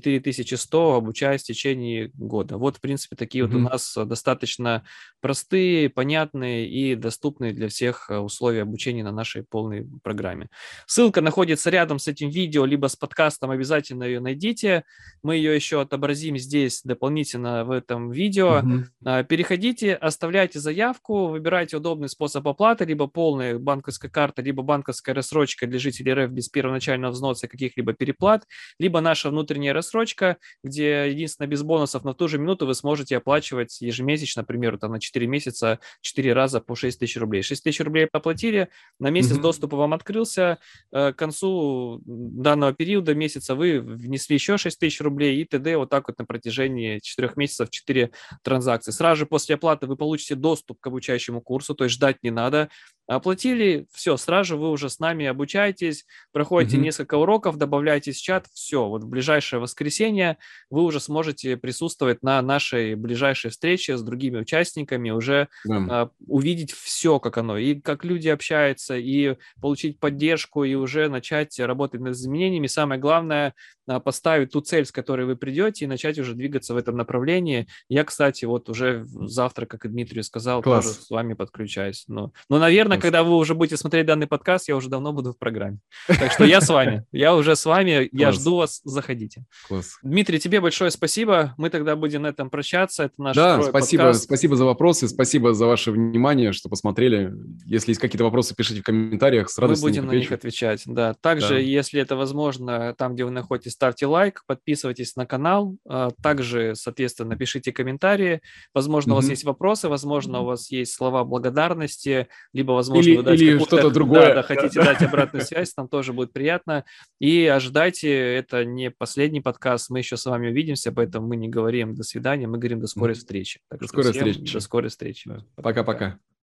4100, обучаясь в течение года. Вот, в принципе, такие вот у нас достаточно простые, понятные и доступные для всех условия обучения на нашей полной программе. Ссылка находится рядом с этим видео, либо с подкастом, обязательно ее найдите. Мы ее еще отобразим здесь дополнительно в этом видео. Переходите, оставляйте заявку, выбирайте удобный способ оплаты, либо полная банковская карта, либо банковская рассрочка для жителей РФ без первоначального взноса каких-либо переплат, либо наша внутренняя рассрочка, где единственное без бонусов, но в ту же минуту вы сможете оплачивать ежемесячно, например, там, на 4 месяца 4 раза по 6 тысяч рублей. 6 тысяч рублей оплатили, на месяц доступа вам открылся, к концу данного периода месяца вы внесли еще 6 тысяч рублей и т.д. вот так вот на протяжении 4 месяцев 4 транзакции. Сразу же после оплаты вы получите доступ к обучающему курсу, то есть ждать не надо. Оплатили, все, сразу же вы уже с нами обучаетесь, проходите несколько уроков, добавляетесь в чат, все, вот в ближайшее воскресенье вы уже сможете присутствовать на нашей ближайшей встрече с другими участниками, уже увидеть все, как оно, и как люди общаются, и получить поддержку, и уже начать работать над изменениями. Самое главное, поставить ту цель, с которой вы придете, и начать уже двигаться в этом направлении. Я, кстати, вот уже завтра, как и Дмитрию сказал, тоже с вами подключаюсь. Но наверное, когда вы уже будете смотреть данный подкаст, я уже давно буду в программе. Так что я с вами. Я уже с вами. Я жду вас. Заходите. Дмитрий, тебе большое спасибо. Мы тогда будем на этом прощаться. Это наш второй подкаст. Спасибо за вопросы. Спасибо за ваше внимание, что посмотрели. Если есть какие-то вопросы, пишите в комментариях. С радостью мы будем на них отвечать. Да. Также, если это возможно, там, где вы находитесь, ставьте лайк, подписывайтесь на канал. Также, соответственно, пишите комментарии. Возможно, у вас есть вопросы, возможно, у вас есть слова благодарности, либо, возможно, вы дать что-то другое. Хотите дать обратную связь, нам тоже будет приятно. И ожидайте, это не последний подкаст, мы еще с вами увидимся, поэтому мы не говорим «до свидания», мы говорим «до скорой встречи». Так до скорой встречи. До скорой встречи. Пока-пока.